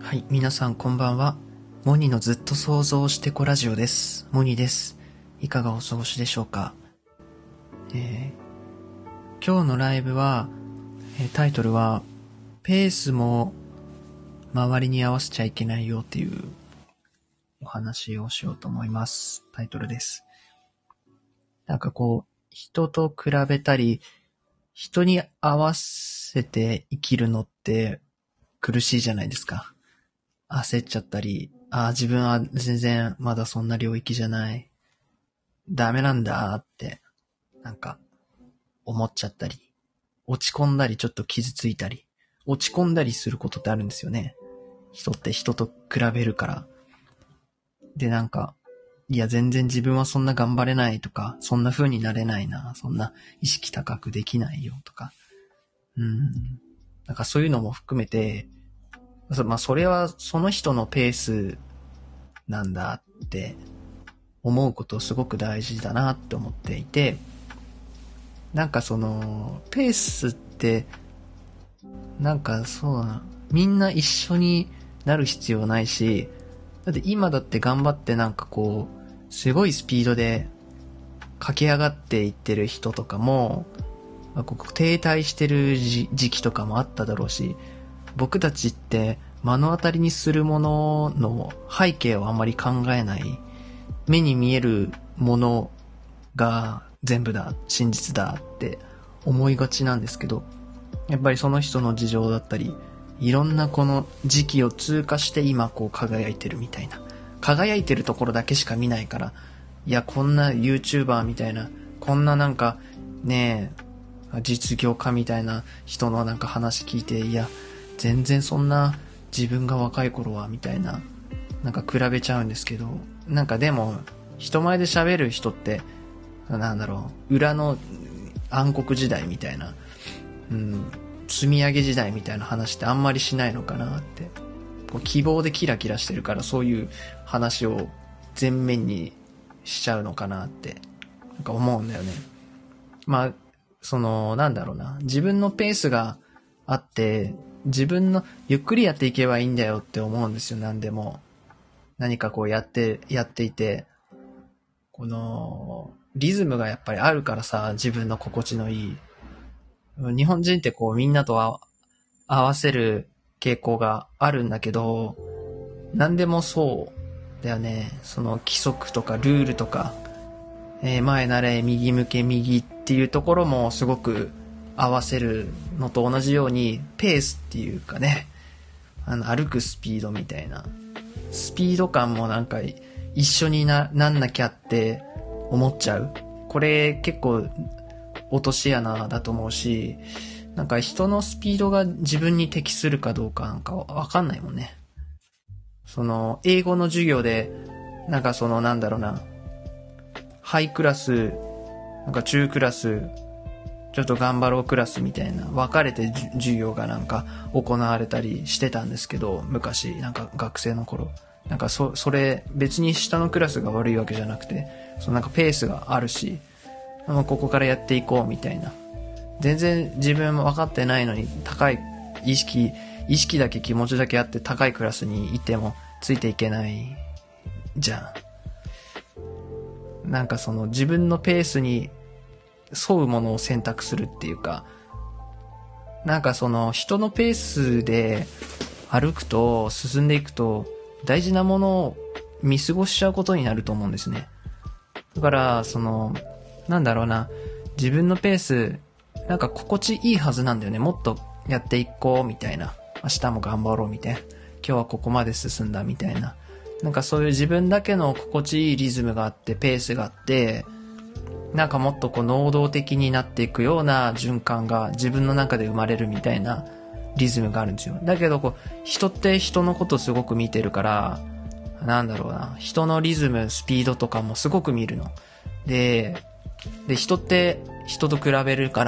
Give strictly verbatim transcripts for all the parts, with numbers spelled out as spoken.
はい、皆さんこんばんは。モニのずっと想像してこラジオです。モニです。いかがお過ごしでしょうか。えー、今日のライブは、えー、タイトルは、ペースも周りに合わせちゃいけないよっていうお話をしようと思います。タイトルです。なんかこう、人と比べたり、人に合わせて生きるのって苦しいじゃないですか。焦っちゃったり、ああ、自分は全然まだそんな領域じゃない。ダメなんだって、なんか、思っちゃったり、落ち込んだりちょっと傷ついたり、落ち込んだりすることってあるんですよね。人って人と比べるから。で、なんか、いや全然自分はそんな頑張れないとか、そんな風になれないな、そんな意識高くできないよとか。うん。なんかそういうのも含めて、まあそれはその人のペースなんだって思うことすごく大事だなって思っていて、なんかそのペースってなんかそうな、みんな一緒になる必要ないし、だって今だって頑張ってなんかこうすごいスピードで駆け上がっていってる人とかも、まあ、ここ停滞してる時期とかもあっただろうし、僕たちって目の当たりにするものの背景をあんまり考えない、目に見えるものが全部だ、真実だって思いがちなんですけど、やっぱりその人の事情だったり、いろんなこの時期を通過して今こう輝いてるみたいな、輝いてるところだけしか見ないから、いやこんな YouTuber みたいな、こんななんかねえ実業家みたいな人のなんか話聞いて、いや全然そんな自分が若い頃はみたいな、なんか比べちゃうんですけど、なんかでも人前で喋る人ってなんだろう、裏の暗黒時代みたいな、うん、積み上げ時代みたいな話ってあんまりしないのかなって、こう希望でキラキラしてるからそういう話を前面にしちゃうのかなってなんか思うんだよね。まあそのなんだろうな、自分のペースがあって自分のゆっくりやっていけばいいんだよって思うんですよ。何でも何かこうやってやっていて、このリズムがやっぱりあるからさ、自分の心地のいい、日本人ってこうみんなと合わせる傾向があるんだけど、何でもそうだよね。その規則とかルールとか、えー、前なれ右向け右っていうところもすごく合わせるのと同じように、ペースっていうかね、あの歩くスピードみたいなスピード感もなんか一緒に な, なんなきゃって思っちゃう。これ結構落とし穴だと思うし、なんか人のスピードが自分に適するかどうかなんかわかんないもんね。その英語の授業でなんかそのなんだろうな、ハイクラス、なんか中クラス、ちょっと頑張ろうクラスみたいな分かれて授業がなんか行われたりしてたんですけど、昔なんか学生の頃なんかそそれ別に下のクラスが悪いわけじゃなくて、そのなんかペースがあるし、ここからやっていこうみたいな、全然自分も分かってないのに高い意識意識だけ気持ちだけあって高いクラスにいてもついていけないじゃん。なんかその自分のペースに沿うものを選択するっていうか、なんかその人のペースで歩くと進んでいくと大事なものを見過ごしちゃうことになると思うんですね。だからそのなんだろうな、自分のペースなんか心地いいはずなんだよね。もっとやっていこうみたいな、明日も頑張ろうみたいな、今日はここまで進んだみたいな、なんかそういう自分だけの心地いいリズムがあってペースがあって、なんかもっとこう能動的になっていくような循環が自分の中で生まれるみたいなリズムがあるんですよ。だけどこう人って人のことすごく見てるから、なんだろうな、人のリズムスピードとかもすごく見るので、で人って人と比べるから、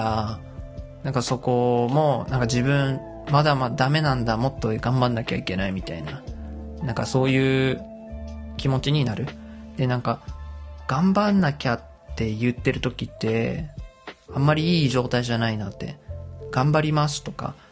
なんかそこもなんか自分まだまだダメなんだ、もっと頑張んなきゃいけないみたいな、なんかそういう気持ちになる。でなんか頑張んなきゃって言ってる時ってあんまりいい状態じゃないなって。頑張りますとか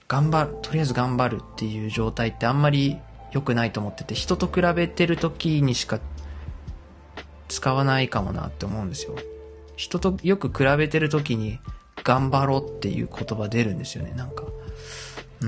頑張る、とりあえず頑張るっていう状態ってあんまり良くないと思ってて、人と比べてる時にしか使わないかもなって思うんですよ。人とよく比べてる時に頑張ろうっていう言葉出るんですよね、なんか。うん。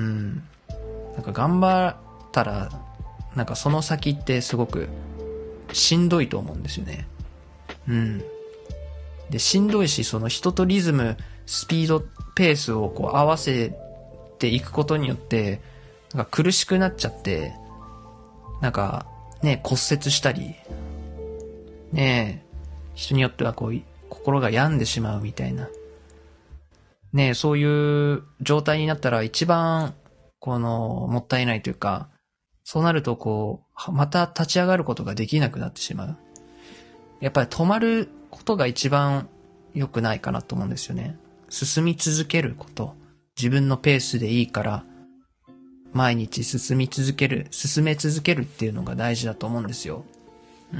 なんか頑張ったら、なんかその先ってすごくしんどいと思うんですよね。うん。で、しんどいし、その人とリズム、スピード、ペースをこう合わせていくことによって、なんか苦しくなっちゃって、なんかね、骨折したり、ねえ、人によってはこう、心が病んでしまうみたいな。ねえ、そういう状態になったら一番、この、もったいないというか、そうなるとこう、また立ち上がることができなくなってしまう。やっぱり止まることが一番良くないかなと思うんですよね。進み続けること。自分のペースでいいから、毎日進み続ける、進め続けるっていうのが大事だと思うんですよ。うん。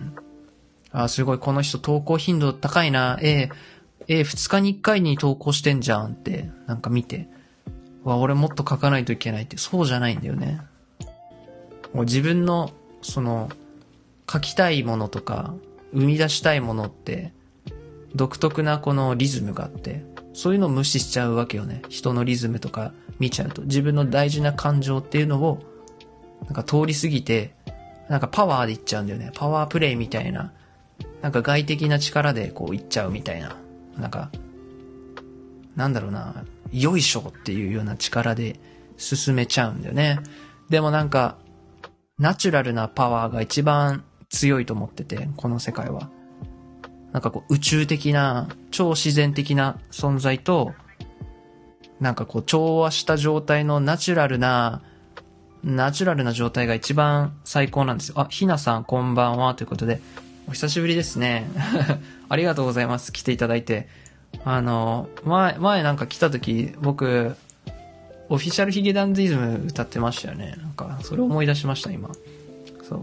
あ、すごい、この人投稿頻度高いな。ええ、ええ、二日に一回に投稿してんじゃんって、なんか見て。わ、俺もっと書かないといけないって、そうじゃないんだよね。もう自分の、その、書きたいものとか、生み出したいものって、独特なこのリズムがあって、そういうのを無視しちゃうわけよね。人のリズムとか見ちゃうと、自分の大事な感情っていうのを、なんか通り過ぎて、なんかパワーでいっちゃうんだよね。パワープレイみたいな、なんか外的な力でこういっちゃうみたいな。なんか、なんだろうな、よいしょっていうような力で進めちゃうんだよね。でもなんか、ナチュラルなパワーが一番強いと思ってて、この世界は。なんかこう宇宙的な、超自然的な存在と、なんかこう調和した状態のナチュラルな、ナチュラルな状態が一番最高なんですよ。あ、ひなさんこんばんはということで、お久しぶりですね。ありがとうございます。来ていただいて。あの、前、前なんか来た時、僕、オフィシャルヒゲダンディズム歌ってましたよね。なんか、それを思い出しました、今。そう。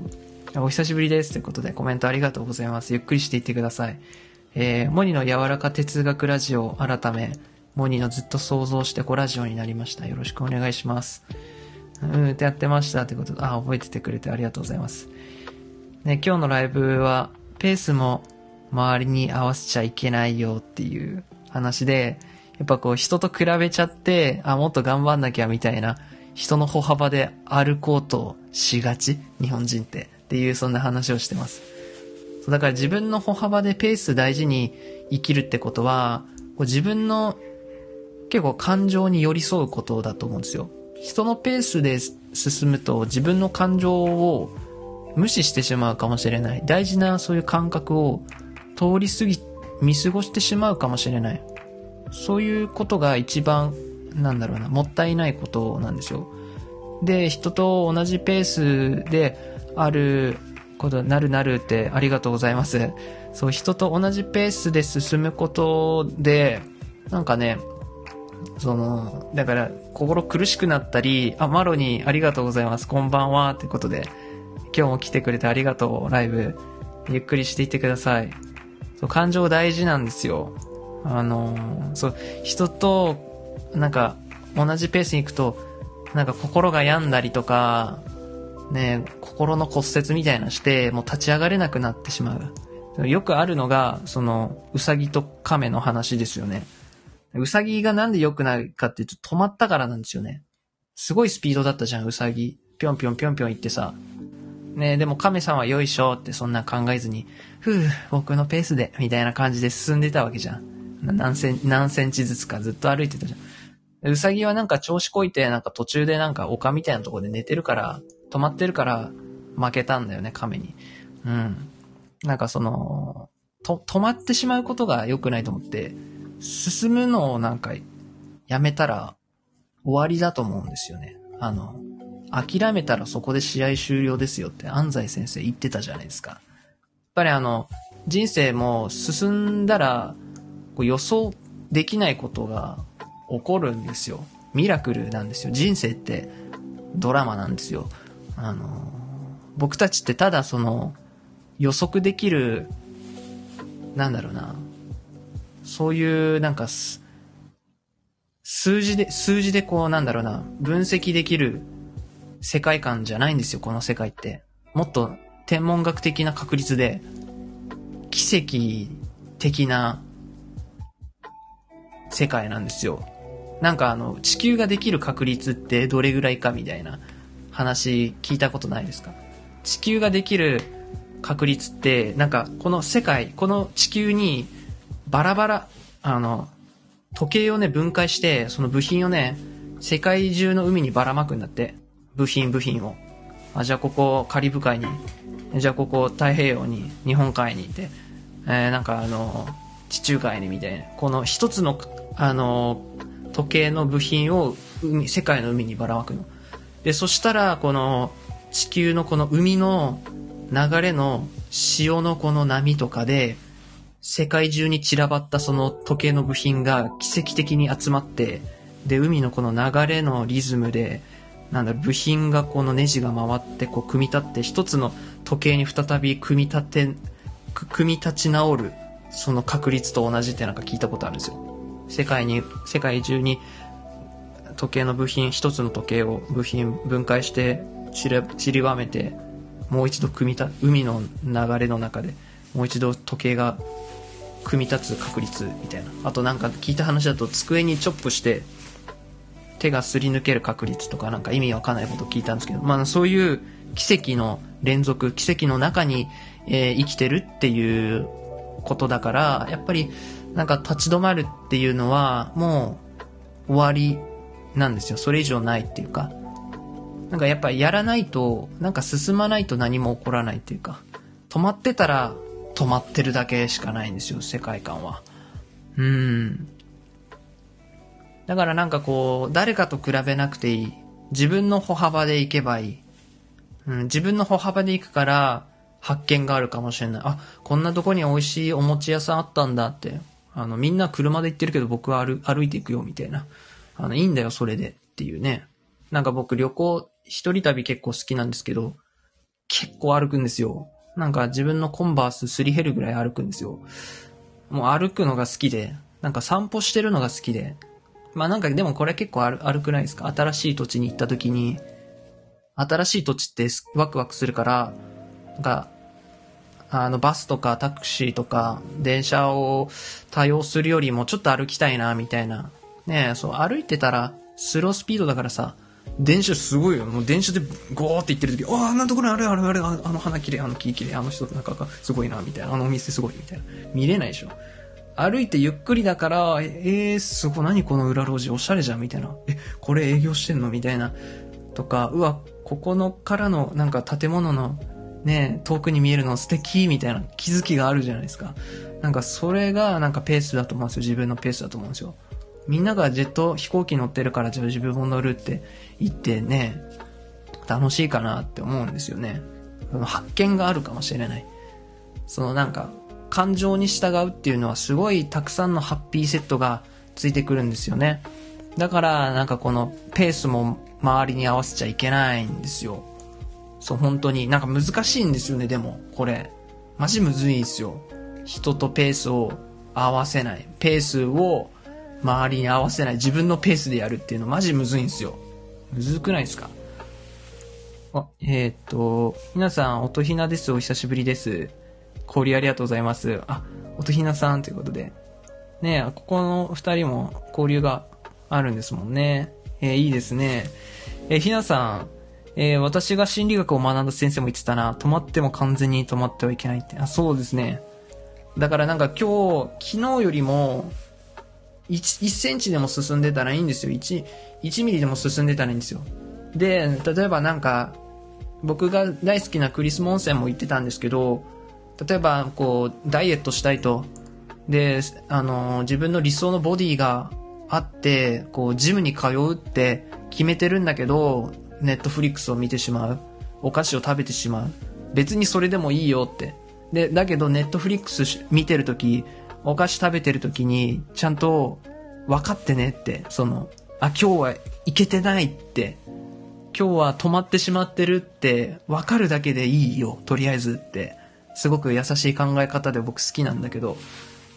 お久しぶりです。ということで、コメントありがとうございます。ゆっくりしていってください。えー、モニの柔らか哲学ラジオ改め、モニのずっと想像してこラジオになりました。よろしくお願いします。うんってやってましたってことで、あ、覚えててくれてありがとうございます。ね、今日のライブは、ペースも周りに合わせちゃいけないよっていう話で、やっぱこう人と比べちゃって、あ、もっと頑張んなきゃみたいな、人の歩幅で歩こうとしがち日本人ってっていうそんな話をしてます。だから自分の歩幅でペース大事に生きるってことは、こう自分の結構感情に寄り添うことだと思うんですよ。人のペースで進むと自分の感情を無視してしまうかもしれない。大事なそういう感覚を通り過ぎ、見過ごしてしまうかもしれない。そういうことが一番、なんだろうな、もったいないことなんですよ。で、人と同じペースであることなるなるってありがとうございます。そう、人と同じペースで進むことで、なんかね、その、だから心苦しくなったり、あ、マロにありがとうございます。こんばんはってことで、今日も来てくれてありがとう。ライブゆっくりしていってください。そう、感情大事なんですよ。あのー、そう、人となんか同じペースに行くと、なんか心が病んだりとかね、心の骨折みたいなしてもう立ち上がれなくなってしまう。よくあるのがそのウサギとカメの話ですよね。ウサギがなんで良くないかっていうと止まったからなんですよね。すごいスピードだったじゃん、ウサギ。ぴょんぴょんぴょんぴょん行ってさ。ね、でも亀さんはよいしょってそんな考えずに、ふぅ、僕のペースで、みたいな感じで進んでたわけじゃん。何セン、何センチずつかずっと歩いてたじゃん。ウサギはなんか調子こいて、なんか途中でなんか丘みたいなところで寝てるから、止まってるから負けたんだよね、亀に。うん。なんかその、と、止まってしまうことが良くないと思って、進むのをなんかやめたら終わりだと思うんですよね。あの、諦めたらそこで試合終了ですよって安西先生言ってたじゃないですか。やっぱりあの、人生も進んだらこう予想できないことが起こるんですよ。ミラクルなんですよ。人生ってドラマなんですよ。あの、僕たちってただその予測できる、なんだろうな、そういうなんかす、 数字で、数字でこうなんだろうな、分析できる世界観じゃないんですよ、この世界って。もっと天文学的な確率で、奇跡的な世界なんですよ。なんかあの、地球ができる確率ってどれぐらいかみたいな話聞いたことないですか？地球ができる確率って、なんかこの世界、この地球にバラバラ、あの、時計をね、分解して、その部品をね、世界中の海にばらまくんだって。部品部品を。あ、じゃあここカリブ海に、じゃあここ太平洋に、日本海にって、えー、なんかあの、地中海にみたいな。この一つの、あの、時計の部品を海、世界の海にばらまくの。で、そしたら、この地球のこの海の流れの潮のこの波とかで、世界中に散らばったその時計の部品が奇跡的に集まって、で、海のこの流れのリズムで、なんだろう、部品がこのネジが回って、こう、組み立って、一つの時計に再び組み立て、組み立ち直る、その確率と同じってなんか聞いたことあるんですよ。世界に、世界中に時計の部品、一つの時計を部品分解して、散り、散りばめて、もう一度組み立、海の流れの中で、もう一度時計が組み立つ確率みたいな。あとなんか聞いた話だと机にチョップして手がすり抜ける確率とかなんか意味わかんないことを聞いたんですけど、まあそういう奇跡の連続、奇跡の中に、えー、生きてるっていうことだから、やっぱりなんか立ち止まるっていうのはもう終わりなんですよ。それ以上ないっていうか。なんかやっぱりやらないと、なんか進まないと何も起こらないっていうか。止まってたら止まってるだけしかないんですよ、世界観は。うーん。だからなんかこう、誰かと比べなくていい。自分の歩幅で行けばいい。うん、自分の歩幅で行くから発見があるかもしれない。あ、こんなとこに美味しいお餅屋さんあったんだって。あの、みんな車で行ってるけど僕は歩、歩いていくよみたいな。あの、いいんだよ、それでっていうね。なんか僕旅行、一人旅結構好きなんですけど、結構歩くんですよ。なんか自分のコンバースすり減るぐらい歩くんですよ。もう歩くのが好きで、なんか散歩してるのが好きで。まあなんかでもこれ結構歩くないですか？新しい土地に行った時に、新しい土地ってワクワクするから、なんか、あのバスとかタクシーとか電車を多用するよりもちょっと歩きたいなみたいな。ねえ、そう歩いてたらスロースピードだからさ、電車すごいよ。もう電車でゴーって行ってる時、ああ、あんなところにあれあれあれ、あの花綺麗、あの木綺麗、あの人なんかがすごいな、みたいな。あのお店すごい、みたいな。見れないでしょ。歩いてゆっくりだから、えー、すごい、何この裏路地、おしゃれじゃん、みたいな。え、これ営業してんのみたいな。とか、うわ、ここのからの、なんか建物の、ね、遠くに見えるの素敵、みたいな気づきがあるじゃないですか。なんかそれが、なんかペースだと思うんですよ。自分のペースだと思うんですよ。みんながジェット飛行機乗ってるからじゃあ自分も乗るって言ってね、楽しいかなって思うんですよね。発見があるかもしれない。そのなんか感情に従うっていうのはすごいたくさんのハッピーセットがついてくるんですよね。だからなんかこのペースも周りに合わせちゃいけないんですよ。そう、本当になんか難しいんですよね。でもこれマジむずいんですよ。人とペースを合わせない、ペースを周りに合わせない、自分のペースでやるっていうのマジむずいんですよ。むずくないですか？あ、えー、っと皆さん、音ひなです。お久しぶりです。交流ありがとうございます。あ、音ひなさんということでねえ、ここの二人も交流があるんですもんね。えー、いいですね。えー、ひなさん、えー、私が心理学を学んだ先生も言ってたな。止まっても完全に止まってはいけないって。あ、そうですね。だからなんか今日、昨日よりもいちセンチでも進んでたらいいんですよ。1、いちミリでも進んでたらいいんですよ。で、例えばなんか、僕が大好きなクリスモンセンも言ってたんですけど、例えばこう、ダイエットしたいと。で、あの、自分の理想のボディがあって、こう、ジムに通うって決めてるんだけど、ネットフリックスを見てしまう。お菓子を食べてしまう。別にそれでもいいよって。で、だけどネットフリックス見てるとき、お菓子食べてるときに、ちゃんと分かってねって、その、あ、今日はいけてないって、今日は止まってしまってるって分かるだけでいいよ、とりあえずって、すごく優しい考え方で僕好きなんだけど、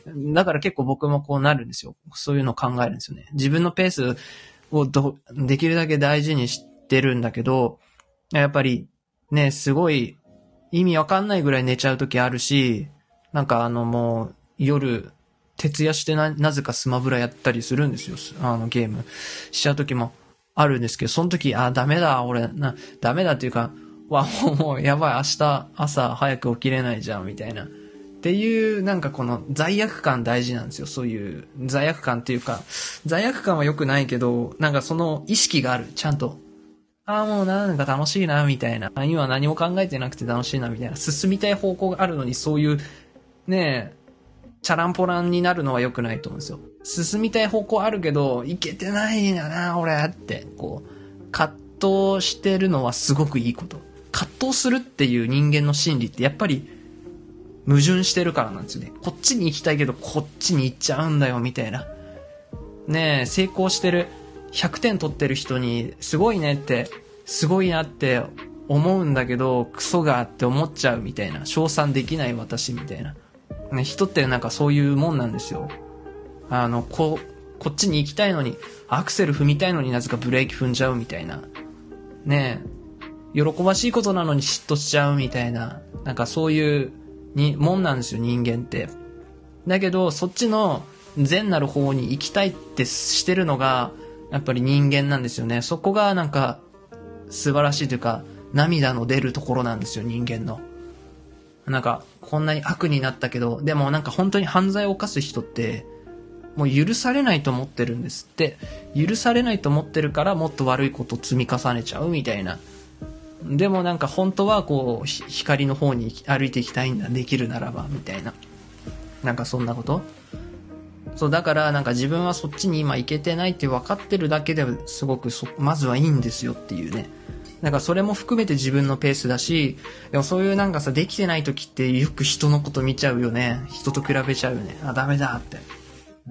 だから結構僕もこうなるんですよ。そういうのを考えるんですよね。自分のペースをど、できるだけ大事にしてるんだけど、やっぱりね、すごい意味わかんないぐらい寝ちゃう時あるし、なんかあのもう夜、徹夜してな、なぜかスマブラやったりするんですよ。あのゲームしちゃう時もあるんですけど、その時、あ、ダメだ、俺、な、ダメだっていうか、わ、もうやばい、明日朝早く起きれないじゃん、みたいな。っていう、なんかこの罪悪感大事なんですよ。そういう罪悪感っていうか、罪悪感は良くないけど、なんかその意識がある、ちゃんと。ああ、もうなんか楽しいな、みたいな。今何も考えてなくて楽しいな、みたいな。進みたい方向があるのに、そういう、ねえ、チャランポランになるのは良くないと思うんですよ。進みたい方向あるけど、いけてないんだな、俺って、こう、葛藤してるのはすごくいいこと。葛藤するっていう人間の心理ってやっぱり矛盾してるからなんですよね。こっちに行きたいけど、こっちに行っちゃうんだよ、みたいな。ねえ、成功してる、ひゃくてん取ってる人に、すごいねって、すごいなって思うんだけど、クソがって思っちゃうみたいな。称賛できない私みたいな。ね、人ってなんかそういうもんなんですよ。あの、こう、こっちに行きたいのに、アクセル踏みたいのになぜかブレーキ踏んじゃうみたいな。ねえ、喜ばしいことなのに嫉妬しちゃうみたいな。なんかそういうに、もんなんですよ、人間って。だけど、そっちの善なる方に行きたいってしてるのが、やっぱり人間なんですよね。そこがなんか、素晴らしいというか、涙の出るところなんですよ、人間の。なんか、こんなに悪になったけど、でもなんか本当に犯罪を犯す人って、もう許されないと思ってるんですって。許されないと思ってるからもっと悪いことを積み重ねちゃうみたいな。でもなんか本当はこう、光の方に歩いていきたいんだ。できるならば、みたいな。なんかそんなことそう、だからなんか自分はそっちに今行けてないって分かってるだけですごくそ、まずはいいんですよっていうね。なんかそれも含めて自分のペースだし、でもそういうなんかさ、できてない時ってよく人のこと見ちゃうよね。人と比べちゃうよね。あ、ダメだって。うん、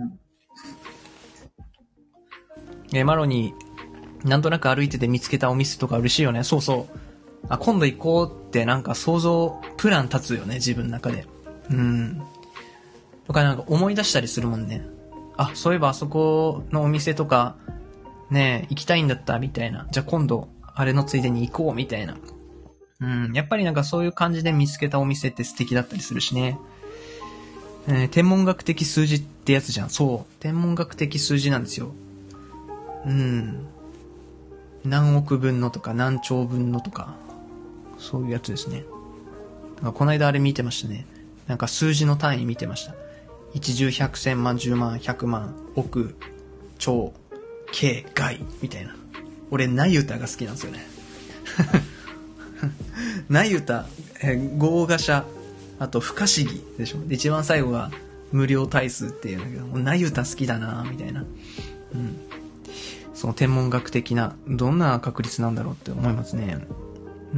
えー、マロになんとなく歩いてて見つけたお店とか嬉しいよね。そうそう。あ、今度行こうってなんか想像、プラン立つよね、自分の中で。うん。とかなんか思い出したりするもんね。あ、そういえばあそこのお店とか、ね、行きたいんだったみたいな。じゃあ今度、あれのついでに行こうみたいな。うん。やっぱりなんかそういう感じで見つけたお店って素敵だったりするしね。えー、天文学的数字ってやつじゃん。そう。天文学的数字なんですよ。うん。何億分のとか何兆分のとか。そういうやつですね。この間あれ見てましたね。なんか数字の単位見てました。一十百千万十万百万億兆京外みたいな。俺ナユタが好きなんですよね。ナユタ、え豪華者、あと不可思議でしょ。で一番最後が無料対数っていうんだけど、ナユタ好きだなみたいな。うん。その天文学的などんな確率なんだろうって思いますね。うん。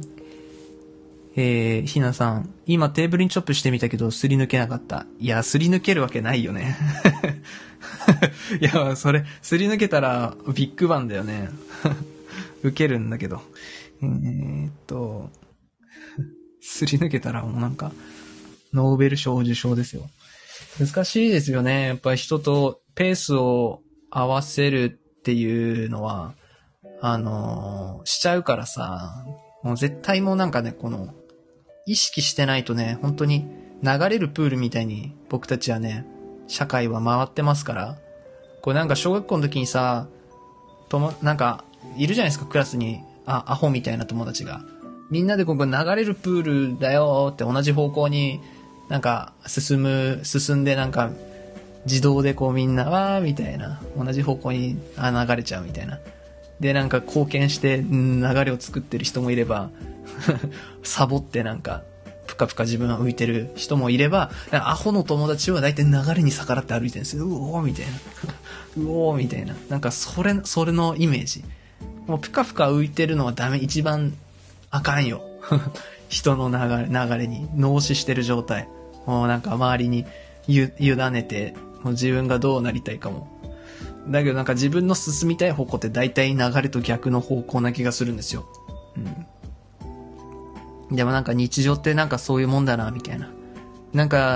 えー、ひなさん、今テーブルにチョップしてみたけど、すり抜けなかった。いや、すり抜けるわけないよね。いや、それ、すり抜けたら、ビッグバンだよね。受けるんだけど。えーっと、すり抜けたらもうなんか、ノーベル賞受賞ですよ。難しいですよね。やっぱり人とペースを合わせるっていうのは、あのー、しちゃうからさ、もう絶対もうなんかね、この、意識してないとね、本当に流れるプールみたいに僕たちはね、社会は回ってますから、これなんか小学校の時にさ、とも、なんか、いるじゃないですか、クラスに、あ、アホみたいな友達が。みんなでここ流れるプールだよって同じ方向になんか進む、進んでなんか自動でこうみんな、わーみたいな、同じ方向に流れちゃうみたいな。で、なんか貢献して流れを作ってる人もいれば、サボってなんか、ぷかぷか自分は浮いてる人もいれば、アホの友達は大体流れに逆らって歩いてるんですよ。うおーみたいな。うおーみたいな。なんかそれ、それのイメージ。もうぷかぷか浮いてるのはダメ。一番あかんよ。人の流れ、流れに脳死してる状態。もうなんか周りにゆ、委ねて、もう自分がどうなりたいかも。だけどなんか自分の進みたい方向って大体流れと逆の方向な気がするんですよ。うん。でもなんか日常ってなんかそういうもんだな、みたいな。なんか、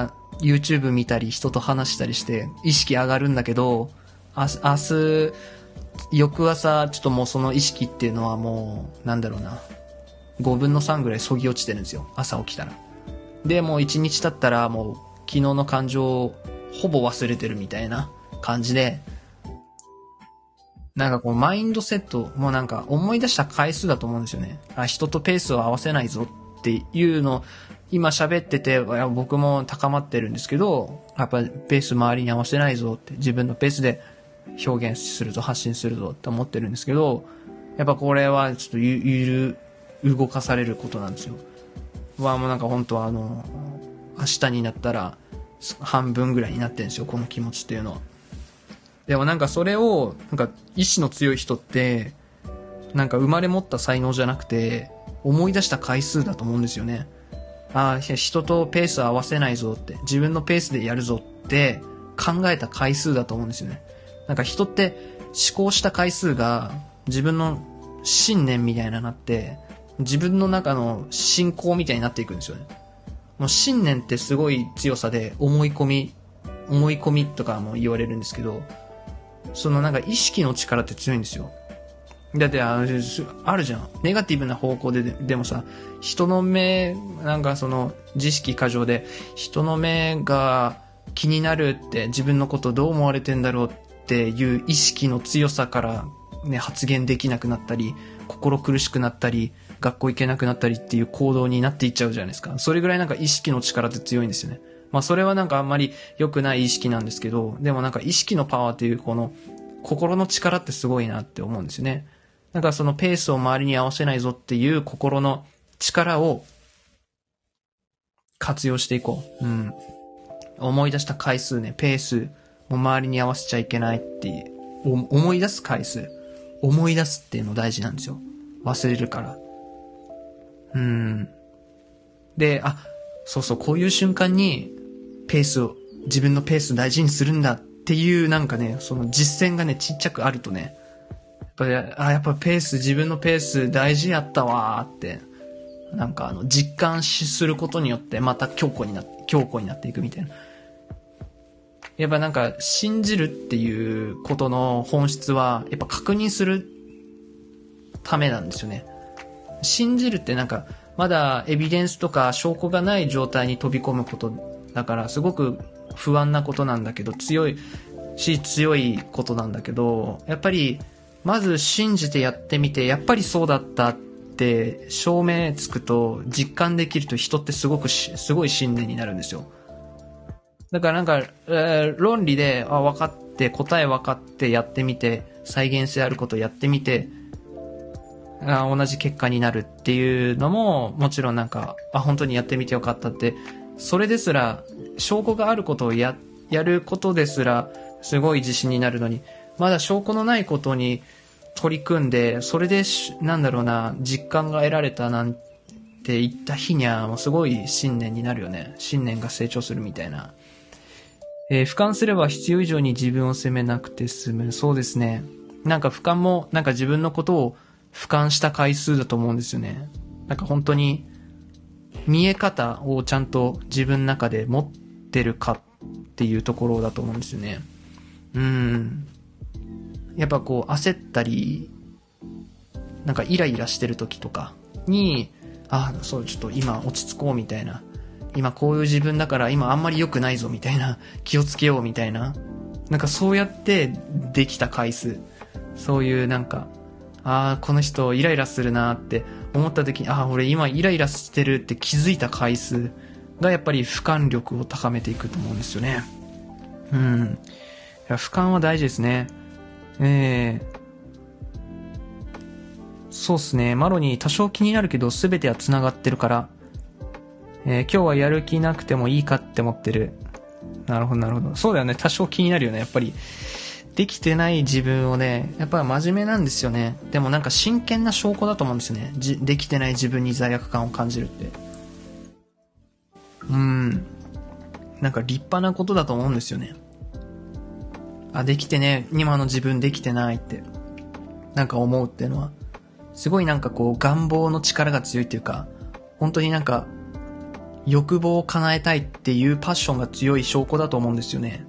YouTube 見たり人と話したりして意識上がるんだけど、あ明日、翌朝、ちょっともうその意識っていうのはもう、なんだろうな、ごぶんのさんぐらいそぎ落ちてるんですよ。朝起きたら。で、もういちにち経ったらもう昨日の感情をほぼ忘れてるみたいな感じで、なんかこうマインドセットもなんか思い出した回数だと思うんですよね。あ、人とペースを合わせないぞっていうの、今喋ってて、いや僕も高まってるんですけど、やっぱペース周りに合わせないぞって、自分のペースで表現するぞ、発信するぞって思ってるんですけど、やっぱこれはちょっとゆ、ゆる、動かされることなんですよ。はもうなんか本当はあの、明日になったら半分ぐらいになってるんですよ、この気持ちっていうのは。でもなんかそれを、なんか意志の強い人って、なんか生まれ持った才能じゃなくて、思い出した回数だと思うんですよね。ああ、人とペース合わせないぞって、自分のペースでやるぞって考えた回数だと思うんですよね。なんか人って思考した回数が自分の信念みたいななって、自分の中の信仰みたいになっていくんですよね。もう信念ってすごい強さで思い込み、思い込みとかも言われるんですけど、そのなんか意識の力って強いんですよ。だってあるじゃん。ネガティブな方向で、でもさ、人の目、なんかその自意識過剰で、人の目が気になるって、自分のことどう思われてんだろうっていう意識の強さからね、発言できなくなったり、心苦しくなったり、学校行けなくなったりっていう行動になっていっちゃうじゃないですか。それぐらいなんか意識の力って強いんですよね。まあそれはなんかあんまり良くない意識なんですけど、でもなんか意識のパワーっていうこの心の力ってすごいなって思うんですよね。なんかそのペースを周りに合わせないぞっていう心の力を活用していこう。うん。思い出した回数ね、ペースも周りに合わせちゃいけないっていう、思い出す回数。思い出すっていうの大事なんですよ。忘れるから。うん。で、あ、そうそう、こういう瞬間にペースを、自分のペース大事にするんだっていうなんかね、その実践がね、ちっちゃくあるとね、やっぱり、あ、やっぱペース、自分のペース大事やったわーって、なんかあの、実感することによってまた強固になって、強固になっていくみたいな。やっぱなんか、信じるっていうことの本質は、やっぱ確認するためなんですよね。信じるってなんか、まだエビデンスとか証拠がない状態に飛び込むことだから、すごく不安なことなんだけど、強いし強いことなんだけど、やっぱり、まず信じてやってみて、やっぱりそうだったって証明つくと、実感できると人ってすごくし、すごい信念になるんですよ。だからなんか、えー、論理で、あ、分かって、答え分かってやってみて、再現性あることやってみて、あ、同じ結果になるっていうのも、もちろんなんか、あ、本当にやってみてよかったって、それですら、証拠があることをや、やることですら、すごい自信になるのに、まだ証拠のないことに取り組んで、それで、なんだろうな、実感が得られたなんて言った日には、もうすごい信念になるよね。信念が成長するみたいな。えー、俯瞰すれば必要以上に自分を責めなくて済む。そうですね。なんか俯瞰も、なんか自分のことを俯瞰した回数だと思うんですよね。なんか本当に、見え方をちゃんと自分の中で持ってるかっていうところだと思うんですよね。うん。やっぱこう焦ったり、なんかイライラしてる時とかに、あ、そう、ちょっと今落ち着こうみたいな。今こういう自分だから今あんまり良くないぞみたいな。気をつけようみたいな。なんかそうやってできた回数。そういうなんか、ああ、この人イライラするなって思った時に、ああ、俺今イライラしてるって気づいた回数がやっぱり俯瞰力を高めていくと思うんですよね。うん。いや、俯瞰は大事ですね。ええー、そうっすね。マロに多少気になるけど全ては繋がってるから、えー、今日はやる気なくてもいいかって思ってる。なるほど、なるほど。そうだよね。多少気になるよね。やっぱり。できてない自分をね、やっぱり真面目なんですよね。でもなんか真剣な証拠だと思うんですよね。じできてない自分に罪悪感を感じるって。うーん。なんか立派なことだと思うんですよね。あ、できてね、今の自分できてないって。なんか思うっていうのは。すごいなんかこう願望の力が強いっていうか、本当になんか、 欲望を叶えたいっていうパッションが強い証拠だと思うんですよね。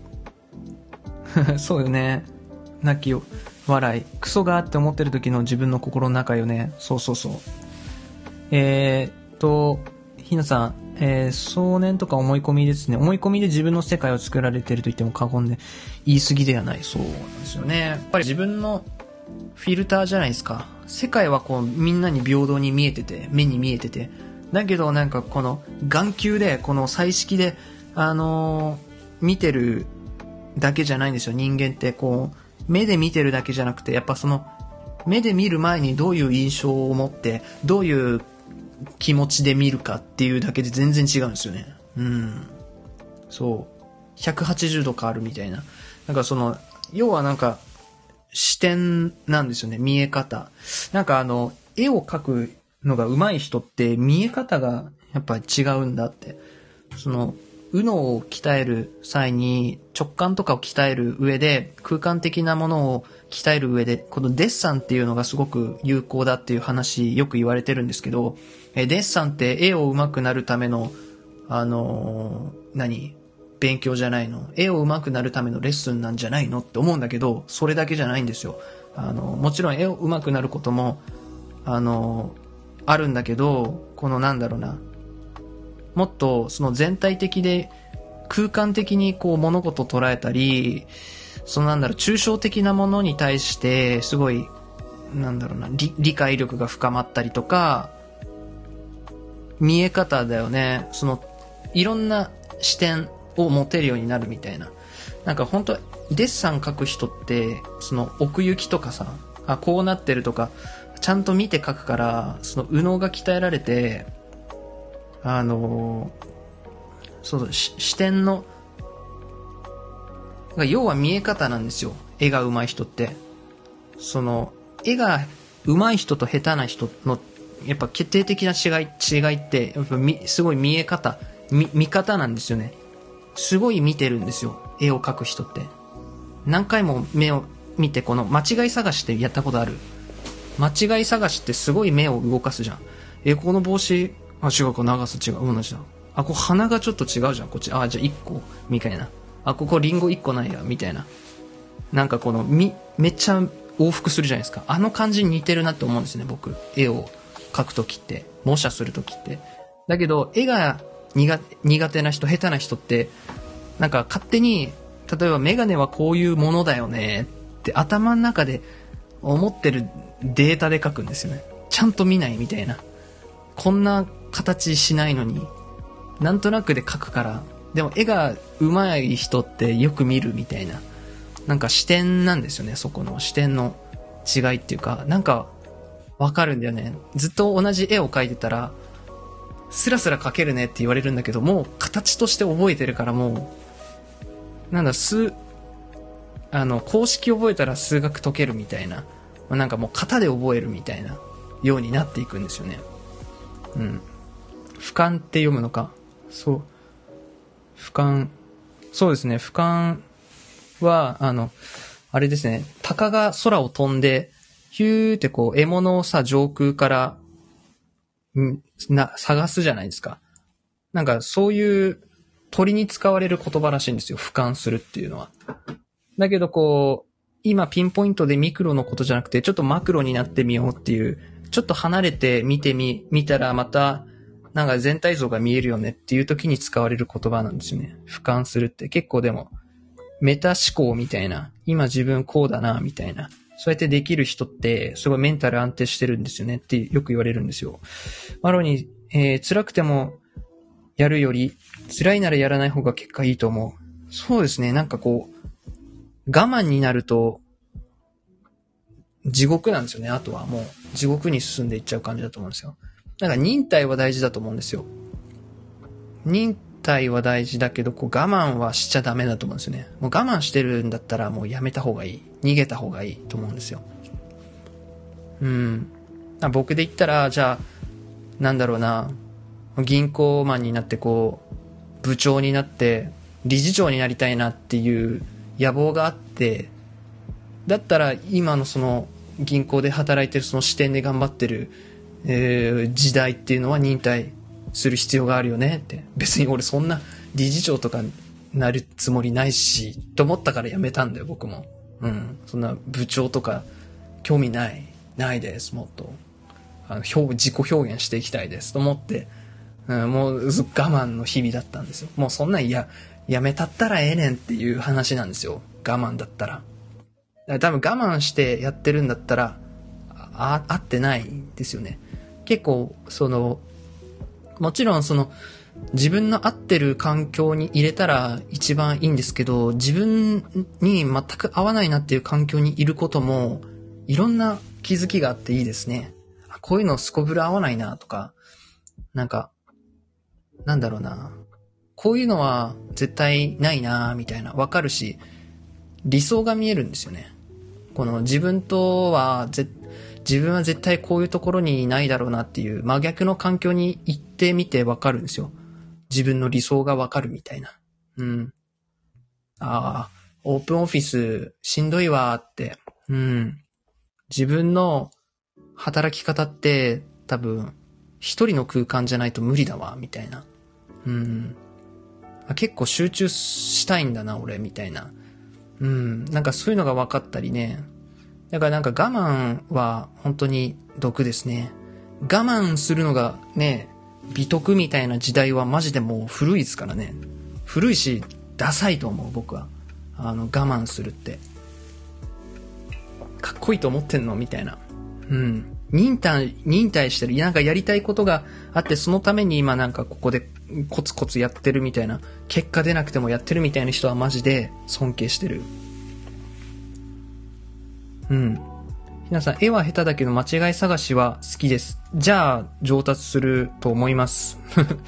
そうよね。泣き笑い。クソがって思ってる時の自分の心の中よね。そうそうそう。えーっと、ひなさん、えー、想念とか思い込みですね。思い込みで自分の世界を作られていると言っても過言で言い過ぎではない。そうなんですよね。やっぱり自分のフィルターじゃないですか。世界はこうみんなに平等に見えてて、目に見えてて。だけどなんかこの眼球で、この彩色で、あのー、見てるだけじゃないんですよ。人間ってこう、目で見てるだけじゃなくて、やっぱその、目で見る前にどういう印象を持って、どういう気持ちで見るかっていうだけで全然違うんですよね。うん。そう。ひゃくはちじゅうど変わるみたいな。なんかその、要はなんか、視点なんですよね。見え方。なんかあの、絵を描くのが上手い人って見え方がやっぱり違うんだって。その、右脳を鍛える際に直感とかを鍛える上で、空間的なものを鍛える上で、このデッサンっていうのがすごく有効だっていう話よく言われてるんですけど、えデッサンって絵を上手くなるための、あのー、何勉強じゃないの？絵を上手くなるためのレッスンなんじゃないのって思うんだけど、それだけじゃないんですよ。あの、もちろん絵を上手くなることも、あの、あるんだけど、このなんだろうな、もっとその全体的で空間的にこう物事を捉えたり、そのなんだろう、抽象的なものに対してすごい、なんだろうな、理、理解力が深まったりとか、見え方だよね。その、いろんな視点を持てるようになるみたいな。なんか本当デッサン描く人って、その奥行きとかさ、あ、こうなってるとか、ちゃんと見て描くから、その右脳が鍛えられて、あのー、そう、視点の、要は見え方なんですよ。絵が上手い人って。その、絵が上手い人と下手な人の、やっぱ決定的な違い、違いって、やっぱみすごい見え方、見、見方なんですよね。すごい見てるんですよ。絵を描く人って。何回も目を見て、この間違い探しってやったことある？間違い探しってすごい目を動かすじゃん。え、この帽子、あ、違うか、長さ違う、同じだ。あ、こう鼻がちょっと違うじゃん、こっち。あ、じゃあいっこ、みたいな。あ、ここリンゴいっこないや、みたいな。なんかこの、み、めっちゃ往復するじゃないですか。あの感じに似てるなって思うんですね、僕。絵を描くときって。模写するときって。だけど、絵が苦、苦手な人、下手な人って、なんか勝手に、例えばメガネはこういうものだよねって頭の中で思ってるデータで描くんですよね。ちゃんと見ないみたいな。こんな形しないのに、なんとなくで描くから、でも絵が上手い人ってよく見るみたいな。なんか視点なんですよね、そこの視点の違いっていうか、なんかわかるんだよね。ずっと同じ絵を描いてたら、スラスラ描けるねって言われるんだけど、もう形として覚えてるからもう、なんだ、数、あの、公式覚えたら数学解けるみたいな。なんかもう型で覚えるみたいなようになっていくんですよね。うん。俯瞰って読むのか。そう。俯瞰。そうですね。俯瞰は、あの、あれですね。鷹が空を飛んで、ヒューってこう、獲物をさ、上空から、んな、探すじゃないですか。なんか、そういう鳥に使われる言葉らしいんですよ。俯瞰するっていうのは。だけどこう、今ピンポイントでミクロのことじゃなくて、ちょっとマクロになってみようっていう、ちょっと離れて見てみ、見たらまた、なんか全体像が見えるよねっていう時に使われる言葉なんですよね。俯瞰するって結構でも、メタ思考みたいな、今自分こうだな、みたいな。そうやってできる人って、すごいメンタル安定してるんですよねってよく言われるんですよ。マロに、えー、辛くてもやるより、辛いならやらない方が結果いいと思う。そうですね、なんかこう、我慢になると、地獄なんですよね。あとはもう、地獄に進んでいっちゃう感じだと思うんですよ。なんか忍耐は大事だと思うんですよ。忍耐は大事だけど、こう我慢はしちゃダメだと思うんですよね。もう我慢してるんだったらもうやめた方がいい。逃げた方がいいと思うんですよ。うん。僕で言ったら、じゃあ、なんだろうな、銀行マンになってこう、部長になって、理事長になりたいなっていう野望があって、だったら今のその銀行で働いてるその支店で頑張ってる、えー、時代っていうのは忍耐する必要があるよねって。別に俺そんな理事長とかなるつもりないし、と思ったから辞めたんだよ、僕も。うん。そんな部長とか興味ない。ないです、もっと。あの、表、自己表現していきたいです、と思って、うん、もう我慢の日々だったんですよ。もうそんなん、いや、やめたったらええねんっていう話なんですよ。我慢だったら。だから多分我慢してやってるんだったら、あ、合ってないんですよね。結構、その、もちろんその、自分の合ってる環境に入れたら一番いいんですけど、自分に全く合わないなっていう環境にいることも、いろんな気づきがあっていいですね。こういうのすこぶる合わないなとか、なんか、なんだろうな。こういうのは絶対ないなみたいな、わかるし、理想が見えるんですよね。この自分とはぜ、自分は絶対こういうところにないだろうなっていう真逆の環境に行ってみてわかるんですよ。自分の理想がわかるみたいな。うん。ああ、オープンオフィスしんどいわーって。うん。自分の働き方って多分一人の空間じゃないと無理だわみたいな。うん。結構集中したいんだな俺みたいな。うん。なんかそういうのが分かったりね。だからなんか我慢は本当に毒ですね。我慢するのがね、美徳みたいな時代はマジでもう古いですからね。古いし、ダサいと思う僕は。あの我慢するって。かっこいいと思ってんのみたいな。うん。忍耐、忍耐してる。なんかやりたいことがあって、そのために今なんかここでコツコツやってるみたいな。結果出なくてもやってるみたいな人はマジで尊敬してる。うん。皆さん、絵は下手だけど間違い探しは好きです。じゃあ、上達すると思います。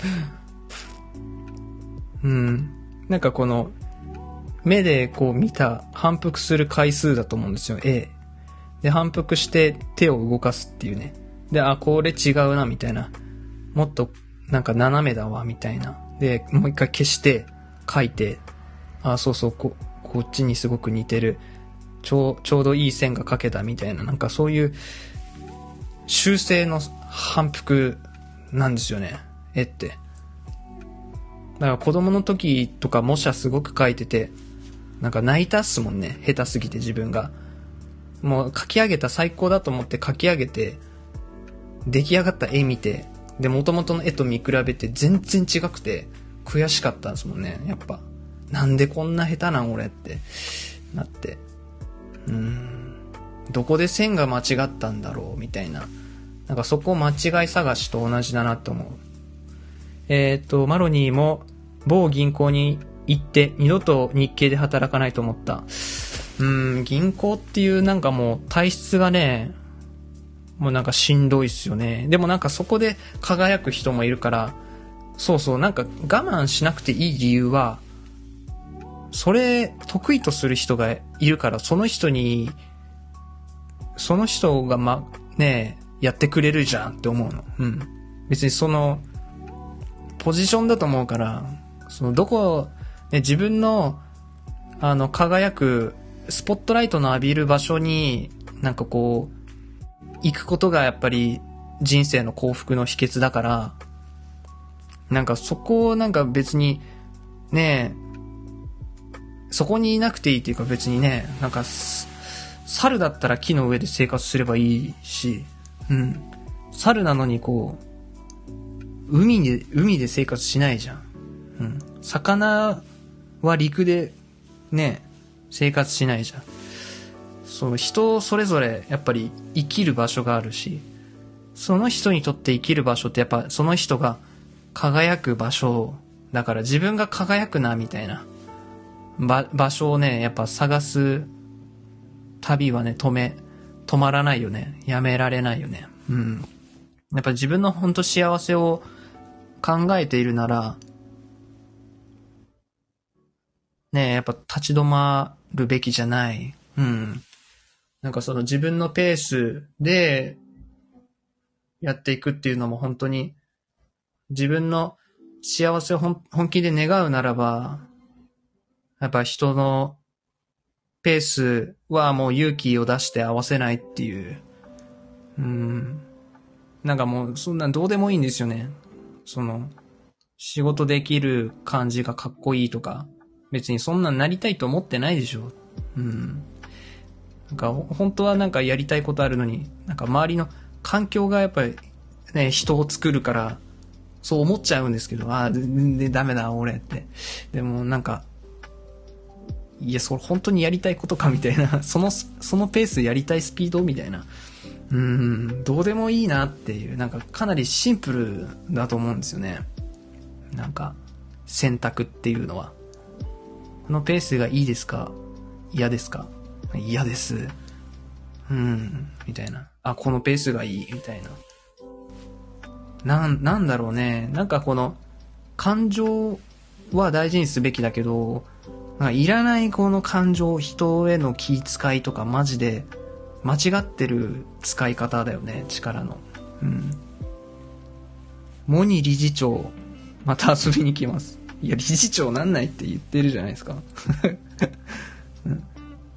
うん。なんかこの、目でこう見た反復する回数だと思うんですよ、絵。で、反復して手を動かすっていうね。で、あ、これ違うな、みたいな。もっと、なんか斜めだわ、みたいな。で、もう一回消して、書いて、あ、そうそう、こ、こっちにすごく似てる。ちょう、ちょうどいい線が描けたみたいな、なんかそういう修正の反復なんですよね、絵って。だから子供の時とか模写すごく描いてて、なんか泣いたっすもんね、下手すぎて自分が。もう描き上げた最高だと思って描き上げて、出来上がった絵見て、で、元々の絵と見比べて全然違くて、悔しかったんですもんね、やっぱ。なんでこんな下手なん俺ってなって。うーんどこで線が間違ったんだろうみたいな。なんかそこ間違い探しと同じだなって思う。えっと、マロニーも某銀行に行って二度と日系で働かないと思った。うーん、銀行っていうなんかもう体質がね、もうなんかしんどいっすよね。でもなんかそこで輝く人もいるから、そうそう、なんか我慢しなくていい理由は、それ得意とする人がいるから、その人に、その人がま、ねえ、やってくれるじゃんって思うの。うん。別にその、ポジションだと思うから、その、どこ、ね、自分の、あの、輝く、スポットライトの浴びる場所に、なんかこう、行くことがやっぱり人生の幸福の秘訣だから、なんかそこをなんか別に、ねえ、そこにいなくていいっていうか別にね、なんか、猿だったら木の上で生活すればいいし、うん。猿なのにこう、海で、海で生活しないじゃん。うん。魚は陸でね、生活しないじゃん。そう、人それぞれやっぱり生きる場所があるし、その人にとって生きる場所ってやっぱその人が輝く場所だから自分が輝くなみたいな。場、場所をね、やっぱ探す旅はね、止め、止まらないよね。やめられないよね。うん。やっぱ自分の本当幸せを考えているなら、ね、やっぱ立ち止まるべきじゃない。うん。なんかその自分のペースでやっていくっていうのも本当に自分の幸せを本気で願うならば、やっぱ人のペースはもう勇気を出して合わせないっていう。うん。なんかもうそんなんどうでもいいんですよね。 その、仕事できる感じがかっこいいとか、別にそんなんなりたいと思ってないでしょ。うん。なんか、本当はなんかやりたいことあるのに、なんか周りの環境がやっぱりね、人を作るから、そう思っちゃうんですけど、ああ、全然ダメだ、俺って。でもなんか、いや、それ本当にやりたいことかみたいな、その、そのペースやりたいスピードみたいな。うーん、どうでもいいなっていう、なんかかなりシンプルだと思うんですよね。なんか、選択っていうのは。このペースがいいですか？嫌ですか？嫌です。うん、みたいな。あ、このペースがいい、みたいな。なん、なんだろうね。なんかこの、感情は大事にすべきだけど、なんかいらないこの感情、人への気遣いとかマジで間違ってる使い方だよね、力の。うん。モニ理事長、また遊びに来ます。いや、理事長なんないって言ってるじゃないですか。うん。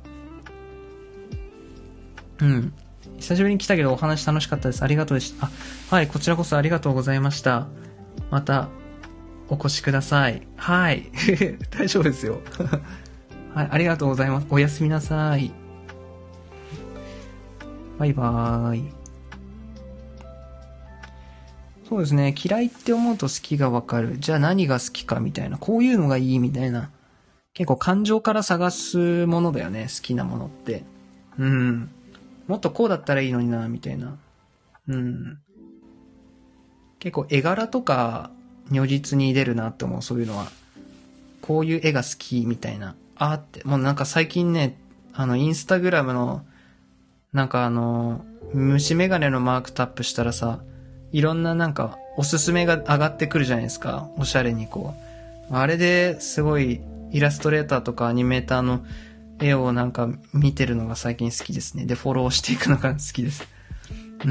うん。久しぶりに来たけどお話楽しかったです。ありがとうでした。あ、はい、こちらこそありがとうございました。また、お越しください。はい。大丈夫ですよ。はい、ありがとうございます。おやすみなさい。バイバーイ。そうですね。嫌いって思うと好きがわかる。じゃあ何が好きかみたいな。こういうのがいいみたいな。結構感情から探すものだよね。好きなものって。うん。もっとこうだったらいいのにな、みたいな。うん。結構絵柄とか如実に出るなって思う。そういうのは。こういう絵が好きみたいな。あーって。もうなんか最近ね、あの、インスタグラムの、なんかあの、虫眼鏡のマークタップしたらさ、いろんななんかおすすめが上がってくるじゃないですか。おしゃれにこう。あれですごいイラストレーターとかアニメーターの絵をなんか見てるのが最近好きですね。で、フォローしていくのが好きです。うん。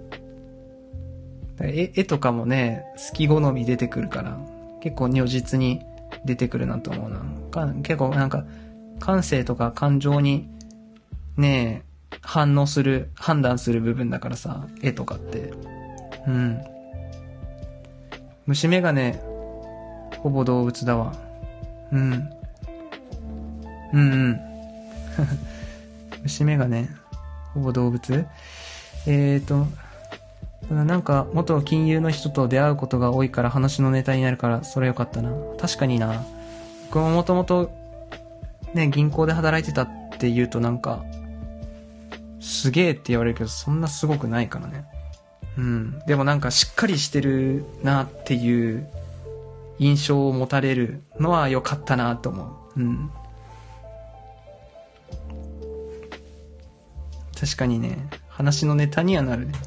絵、絵とかもね、好き好み出てくるから、結構如実に出てくるなと思うな。か結構なんか、感性とか感情にね、反応する、判断する部分だからさ、絵とかって。うん。虫眼鏡、ほぼ動物だわ。うん。うんうん。虫眼鏡、ほぼ動物えーと、なんか、元金融の人と出会うことが多いから話のネタになるから、それよかったな。確かにな。僕ももともと、ね、銀行で働いてたって言うとなんか、すげえって言われるけど、そんなすごくないからね。うん。でもなんかしっかりしてるなっていう印象を持たれるのは良かったなと思う。うん。確かにね、話のネタにはなるね。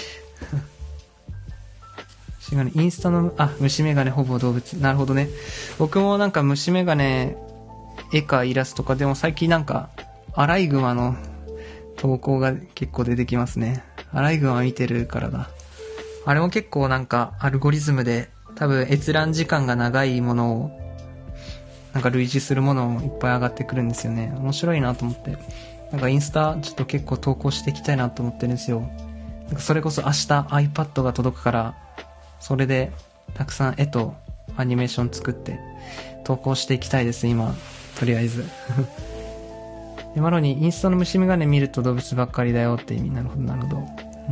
インスタの、あ、虫眼鏡ほぼ動物。なるほどね。僕もなんか虫眼鏡、絵かイラストか、でも最近なんか、アライグマの投稿が結構出てきますね。アライグマ見てるからだ。あれも結構なんかアルゴリズムで多分閲覧時間が長いものをなんか類似するものをいっぱい上がってくるんですよね。面白いなと思って。なんかインスタちょっと結構投稿していきたいなと思ってるんですよ。なんかそれこそ明日 iPad が届くから、それでたくさん絵とアニメーション作って投稿していきたいです、今。とりあえず。で、マロにインスタの虫眼鏡見ると動物ばっかりだよって意味。なるほど、なるほど。うん。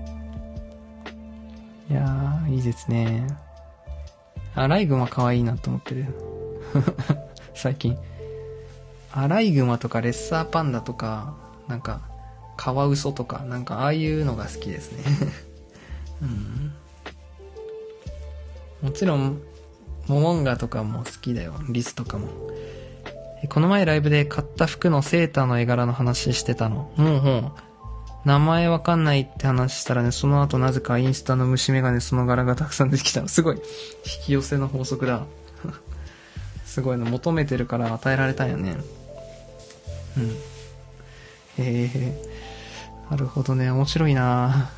いやー、いいですね。アライグマ可愛いなと思ってる。最近。アライグマとかレッサーパンダとか、なんか、カワウソとか、なんかああいうのが好きですね。うん。もちろん、モモンガとかも好きだよ。リスとかも。この前ライブで買った服のセーターの絵柄の話してたの。もうもう、名前わかんないって話したらね、その後なぜかインスタの虫眼鏡その柄がたくさん出てきたの。すごい。引き寄せの法則だ。すごいの。求めてるから与えられたんよね。うん。へえ。なるほどね。面白いな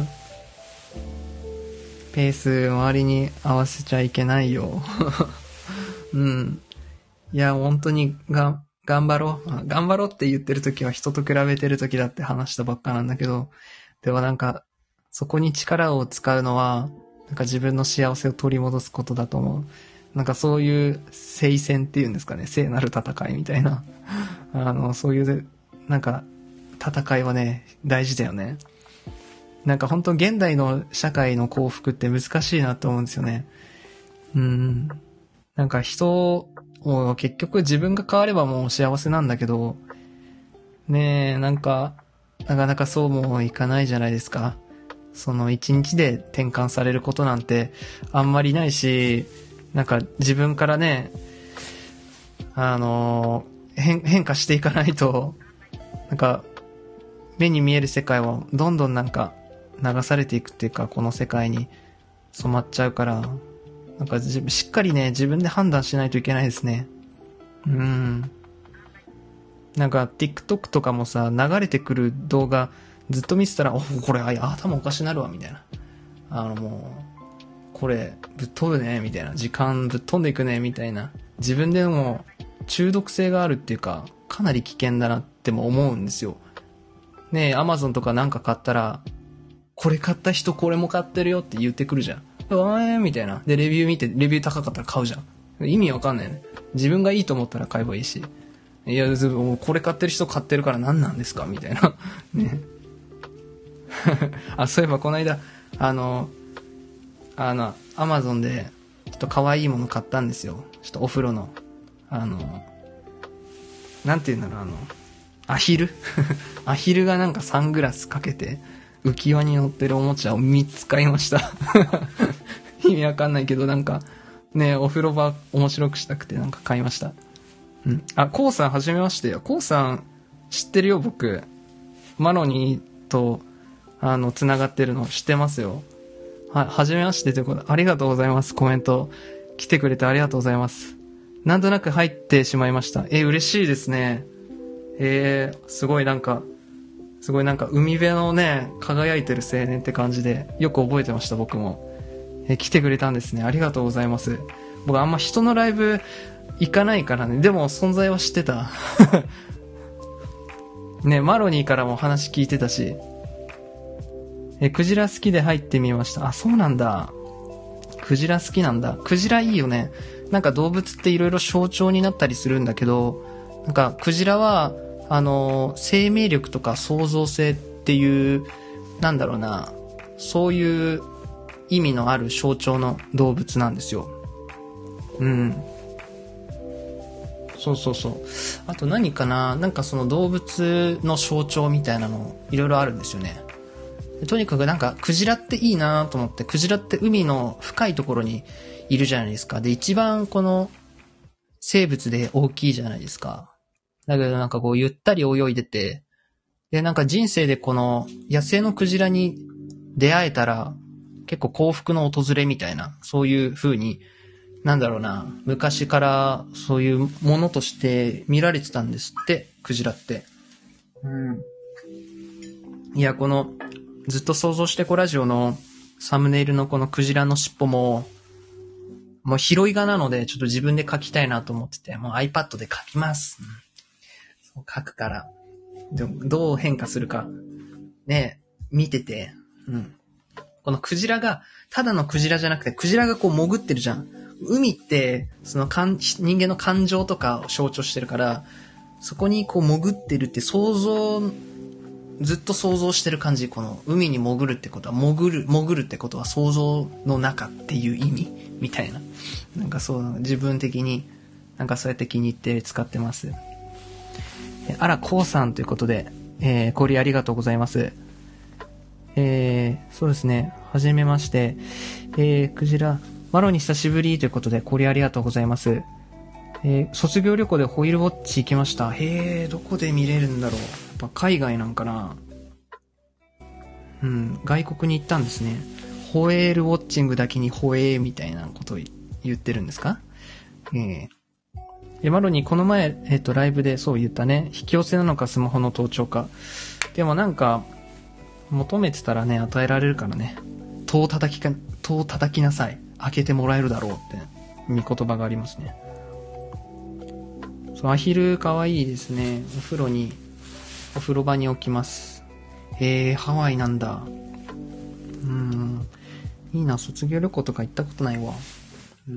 ペース周りに合わせちゃいけないよ。うん。いや、本当にが、頑張ろう。頑張ろうって言ってる時は人と比べてる時だって話したばっかなんだけど、でもなんか、そこに力を使うのは、 なんか自分の幸せを取り戻すことだと思う。なんかそういう聖戦っていうんですかね、聖なる戦いみたいな。あの、そういう、なんか、戦いはね、大事だよね。なんか本当現代の社会の幸福って難しいなと思うんですよね。うん。なんか人を結局自分が変わればもう幸せなんだけど、ねえ、なんか、なかなかそうもいかないじゃないですか。その一日で転換されることなんてあんまりないし、なんか自分からね、あの、変、変化していかないと、なんか、目に見える世界はどんどんなんか流されていくっていうか、この世界に染まっちゃうから、なんかじしっかりね、自分で判断しないといけないですね。うん。なんか TikTok とかもさ、流れてくる動画ずっと見てたら、お、これ、あ、頭おかしなるわ、みたいな。あのもう、これ、ぶっ飛ぶね、みたいな。時間ぶっ飛んでいくね、みたいな。自分でも中毒性があるっていうか、かなり危険だなっても思うんですよ。ねえ、Amazon とかなんか買ったら、これ買った人これも買ってるよって言ってくるじゃん。うわーみたいな。で、レビュー見て、レビュー高かったら買うじゃん。意味わかんないね。自分がいいと思ったら買えばいいし。いや、これ買ってる人買ってるから何なんですかみたいな。ね。あ、そういえばこの間、あの、あの、アマゾンで、ちょっと可愛いもの買ったんですよ。ちょっとお風呂の、あの、なんていうんだろう、あの、アヒルアヒルがなんかサングラスかけて、浮き輪に乗ってるおもちゃをみっつ買いました。意味わかんないけど、なんか、ね、お風呂場面白くしたくてなんか買いました。うん。あ、コウさんはじめましてよ。コウさん知ってるよ、僕。マロニーと、あの、繋がってるの知ってますよ。は、はじめましてということで、ありがとうございます。コメント。来てくれてありがとうございます。なんとなく入ってしまいました。え、嬉しいですね。えー、すごいなんか、すごいなんか海辺のね、輝いてる青年って感じで、よく覚えてました、僕も。え、来てくれたんですね。ありがとうございます。僕あんま人のライブ行かないからね。でも存在は知ってた。ね、マロニーからも話聞いてたし。え、クジラ好きで入ってみました。あ、そうなんだ。クジラ好きなんだ。クジラいいよね。なんか動物って色々象徴になったりするんだけど、なんかクジラは、あの、生命力とか創造性っていう、なんだろうな、そういう意味のある象徴の動物なんですよ。うん。そうそうそう。あと何かな、なんかその動物の象徴みたいなのいろいろあるんですよね。とにかくなんかクジラっていいなと思って、クジラって海の深いところにいるじゃないですか。で、一番この生物で大きいじゃないですか。だけどなんかこうゆったり泳いでて、で、なんか人生でこの野生のクジラに出会えたら結構幸福の訪れみたいな、そういう風に、なんだろうな、昔からそういうものとして見られてたんですって、クジラって。うん。いや、このずっと想像してこラジオのサムネイルのこのクジラの尻尾も、もう拾い画なのでちょっと自分で描きたいなと思ってて、もう iPad で描きます。うん、そう描くから。でもどう変化するか、ね、見てて、うん。このクジラが、ただのクジラじゃなくて、クジラがこう潜ってるじゃん。海って、そのかん人間の感情とかを象徴してるから、そこにこう潜ってるって想像、ずっと想像してる感じ。この海に潜るってことは、潜る、潜るってことは想像の中っていう意味みたいな。なんかそう、自分的に、なんかそうやって気に入って使ってます。あら、こうさんということで、えー、交流ありがとうございます。えー、そうですね。はじめまして。えー、クジラ、マロに久しぶりということで、交流ありがとうございます。えー、卒業旅行でホイールウォッチ行きました。へー、どこで見れるんだろう。やっぱ海外なんかな。うん、外国に行ったんですね。ホエールウォッチングだけにホエーみたいなことを言ってるんですか？えーえ、マロにこの前、えっと、ライブでそう言ったね。引き寄せなのかスマホの盗聴か。でもなんか、求めてたらね、与えられるからね。戸を叩きか、戸を叩きなさい。開けてもらえるだろうって、見言葉がありますね。そう、アヒルかわいいですね。お風呂に、お風呂場に置きます。へえ、ハワイなんだ。うーん。 いいな、卒業旅行とか行ったことないわ。うん。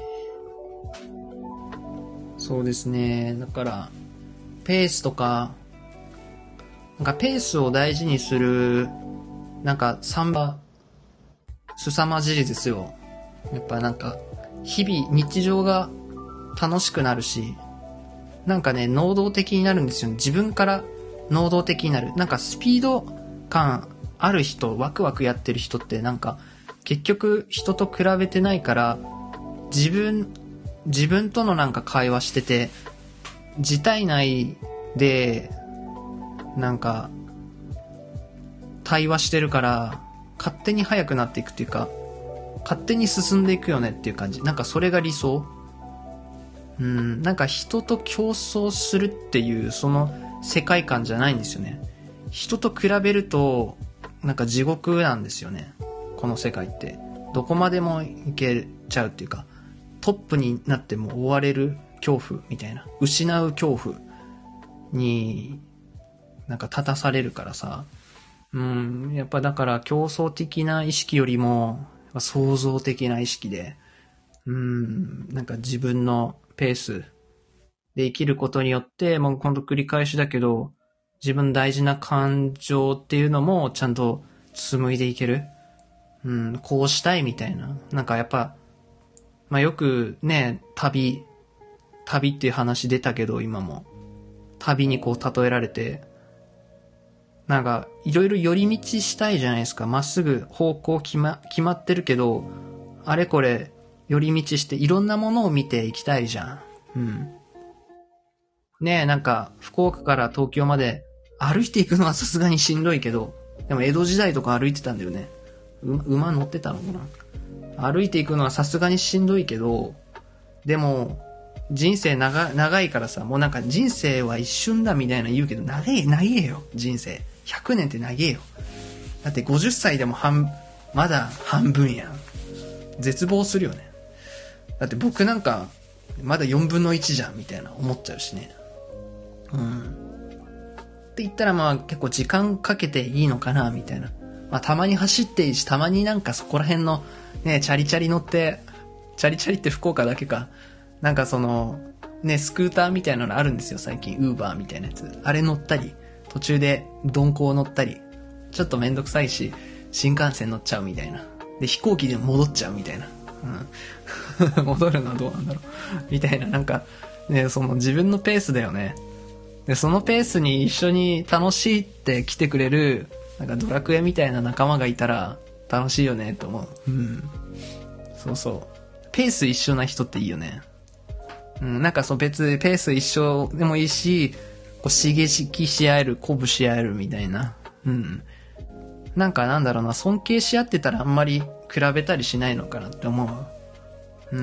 そうですね。だから、ペースとか、なんかペースを大事にする、なんかサンバ、凄まじいですよ。やっぱなんか、日々、日常が楽しくなるし、なんかね、能動的になるんですよね。自分から能動的になる。なんかスピード感ある人、ワクワクやってる人ってなんか、結局人と比べてないから、自分、自分とのなんか会話してて、自体内で、なんか、対話してるから、勝手に速くなっていくっていうか、勝手に進んでいくよねっていう感じ。なんかそれが理想。うん、なんか人と競争するっていうその世界観じゃないんですよね。人と比べると、なんか地獄なんですよね。この世界って。どこまでもいけちゃうっていうか、トップになっても追われる恐怖みたいな。失う恐怖に、なんか立たされるからさ。うん、やっぱだから競争的な意識よりも、創造的な意識で、うん、なんか自分のペースで生きることによって、もう今度繰り返しだけど、自分大事な感情っていうのもちゃんと紡いでいける。うん、こうしたいみたいな。なんかやっぱ、まあよくね、旅、旅っていう話出たけど今も、旅にこう例えられて、なんかいろいろ寄り道したいじゃないですか。まっすぐ方向決ま、決まってるけど、あれこれ寄り道していろんなものを見ていきたいじゃん。うん。ねえ、なんか福岡から東京まで歩いていくのはさすがにしんどいけど、でも江戸時代とか歩いてたんだよね。う馬乗ってたのかな。歩いていくのはさすがにしんどいけど、でも人生長長いからさ、もうなんか人生は一瞬だみたいな言うけど、長え、長えよ、人生。ひゃくねんって長えよ。だってごじゅっさいでも半、まだ半分やん。絶望するよね。だって僕なんか、まだよんぶんのいちじゃん、みたいな思っちゃうしね。うん。って言ったらまあ結構時間かけていいのかな、みたいな。まあたまに走っていいし、たまになんかそこら辺の、ね、チャリチャリ乗って、チャリチャリって福岡だけか。なんかその、ね、スクーターみたいなのあるんですよ、最近。ウーバーみたいなやつ。あれ乗ったり、途中で鈍行乗ったり、ちょっとめんどくさいし、新幹線乗っちゃうみたいな。で、飛行機で戻っちゃうみたいな。うん。戻るのはどうなんだろう。みたいな、なんか、ね、その自分のペースだよね。で、そのペースに一緒に楽しいって来てくれる、なんかドラクエみたいな仲間がいたら楽しいよね、と思う。うん。そうそう。ペース一緒な人っていいよね。うん、なんかそう別ペース一緒でもいいし、こう刺激し合える、鼓舞し合えるみたいな。うん。なんかなんだろうな、尊敬し合ってたらあんまり比べたりしないのかなって思う。うん。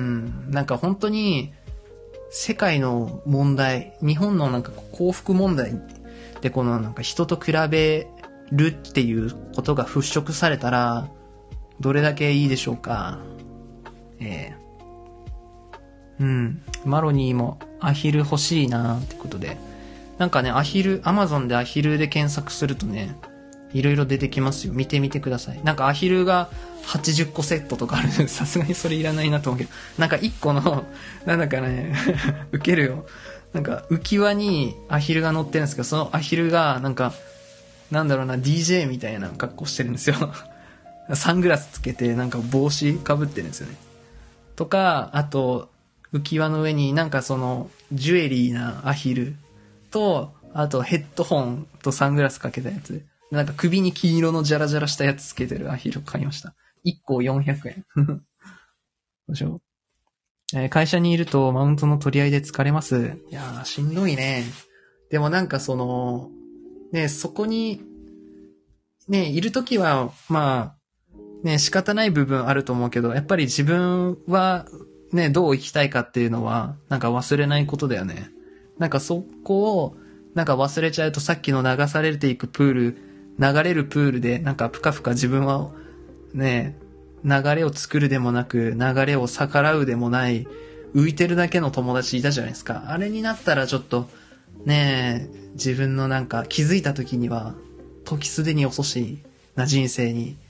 なんか本当に、世界の問題、日本のなんか幸福問題でこのなんか人と比べるっていうことが払拭されたら、どれだけいいでしょうか。えー、うん。マロニーもアヒル欲しいなってことで。なんかね、アヒル、アマゾンでアヒルで検索するとね、いろいろ出てきますよ。見てみてください。なんかアヒルがはちじゅっこセットとかあるんで、さすがにそれいらないなと思うけど、なんかいっこの、なんだかね、ウケるよ。なんか浮き輪にアヒルが乗ってるんですけど、そのアヒルがなんか、なんだろうな、ディージェー みたいな格好してるんですよ。サングラスつけて、なんか帽子かぶってるんですよね。とか、あと、浮き輪の上になんかその、ジュエリーなアヒルと、あとヘッドホンとサングラスかけたやつ。なんか首に金色のジャラジャラしたやつつけてるアヒル買いました。いっこよんひゃくえん。どうしよう。えー、会社にいるとマウントの取り合いで疲れます。いやー、しんどいね。でもなんかその、ね、そこに、ね、いるときは、まあ、ね、仕方ない部分あると思うけど、やっぱり自分は、ね、どう生きたいかっていうのは、なんか忘れないことだよね。なんかそこを、なんか忘れちゃうとさっきの流されていくプール、流れるプールでなんかぷかぷか自分はね、流れを作るでもなく流れを逆らうでもない浮いてるだけの友達いたじゃないですか。あれになったらちょっとね、自分のなんか気づいた時には時すでに遅しな人生に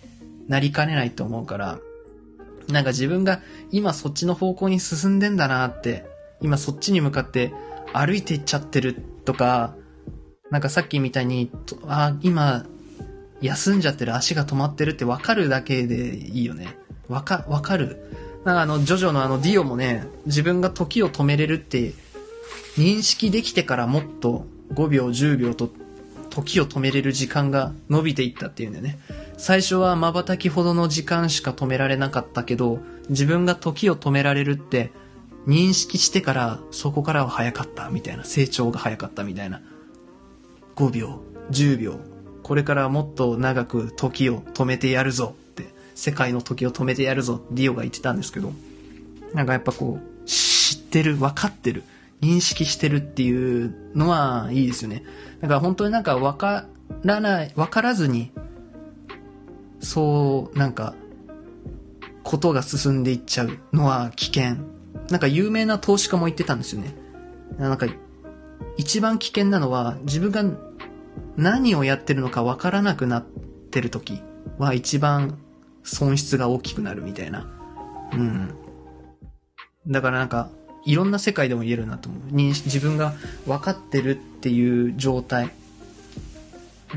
なりかねないと思うから、なんか自分が今そっちの方向に進んでんだなって、今そっちに向かって歩いていっちゃってるとか、なんかさっきみたいに、あ、今休んじゃってる、足が止まってるって分かるだけでいいよね。わか、わかる。なんかあの、ジョジョのあのディオもね、自分が時を止めれるって認識できてからもっとごびょう、じゅうびょうと時を止めれる時間が伸びていったっていうんだよね。最初は瞬きほどの時間しか止められなかったけど、自分が時を止められるって認識してからそこからは早かったみたいな、成長が早かったみたいな。ごびょう、じゅうびょう、これからもっと長く時を止めてやるぞって、世界の時を止めてやるぞディオが言ってたんですけど、なんかやっぱこう知ってる、分かってる、認識してるっていうのはいいですよね。だから本当になんか分からない、分からずにそうなんかことが進んでいっちゃうのは危険。なんか有名な投資家も言ってたんですよね。なんか一番危険なのは自分が何をやってるのか分からなくなってる時は一番損失が大きくなるみたいな。うん。だからなんかいろんな世界でも言えるなと思う。認識、自分が分かってるっていう状態。うん。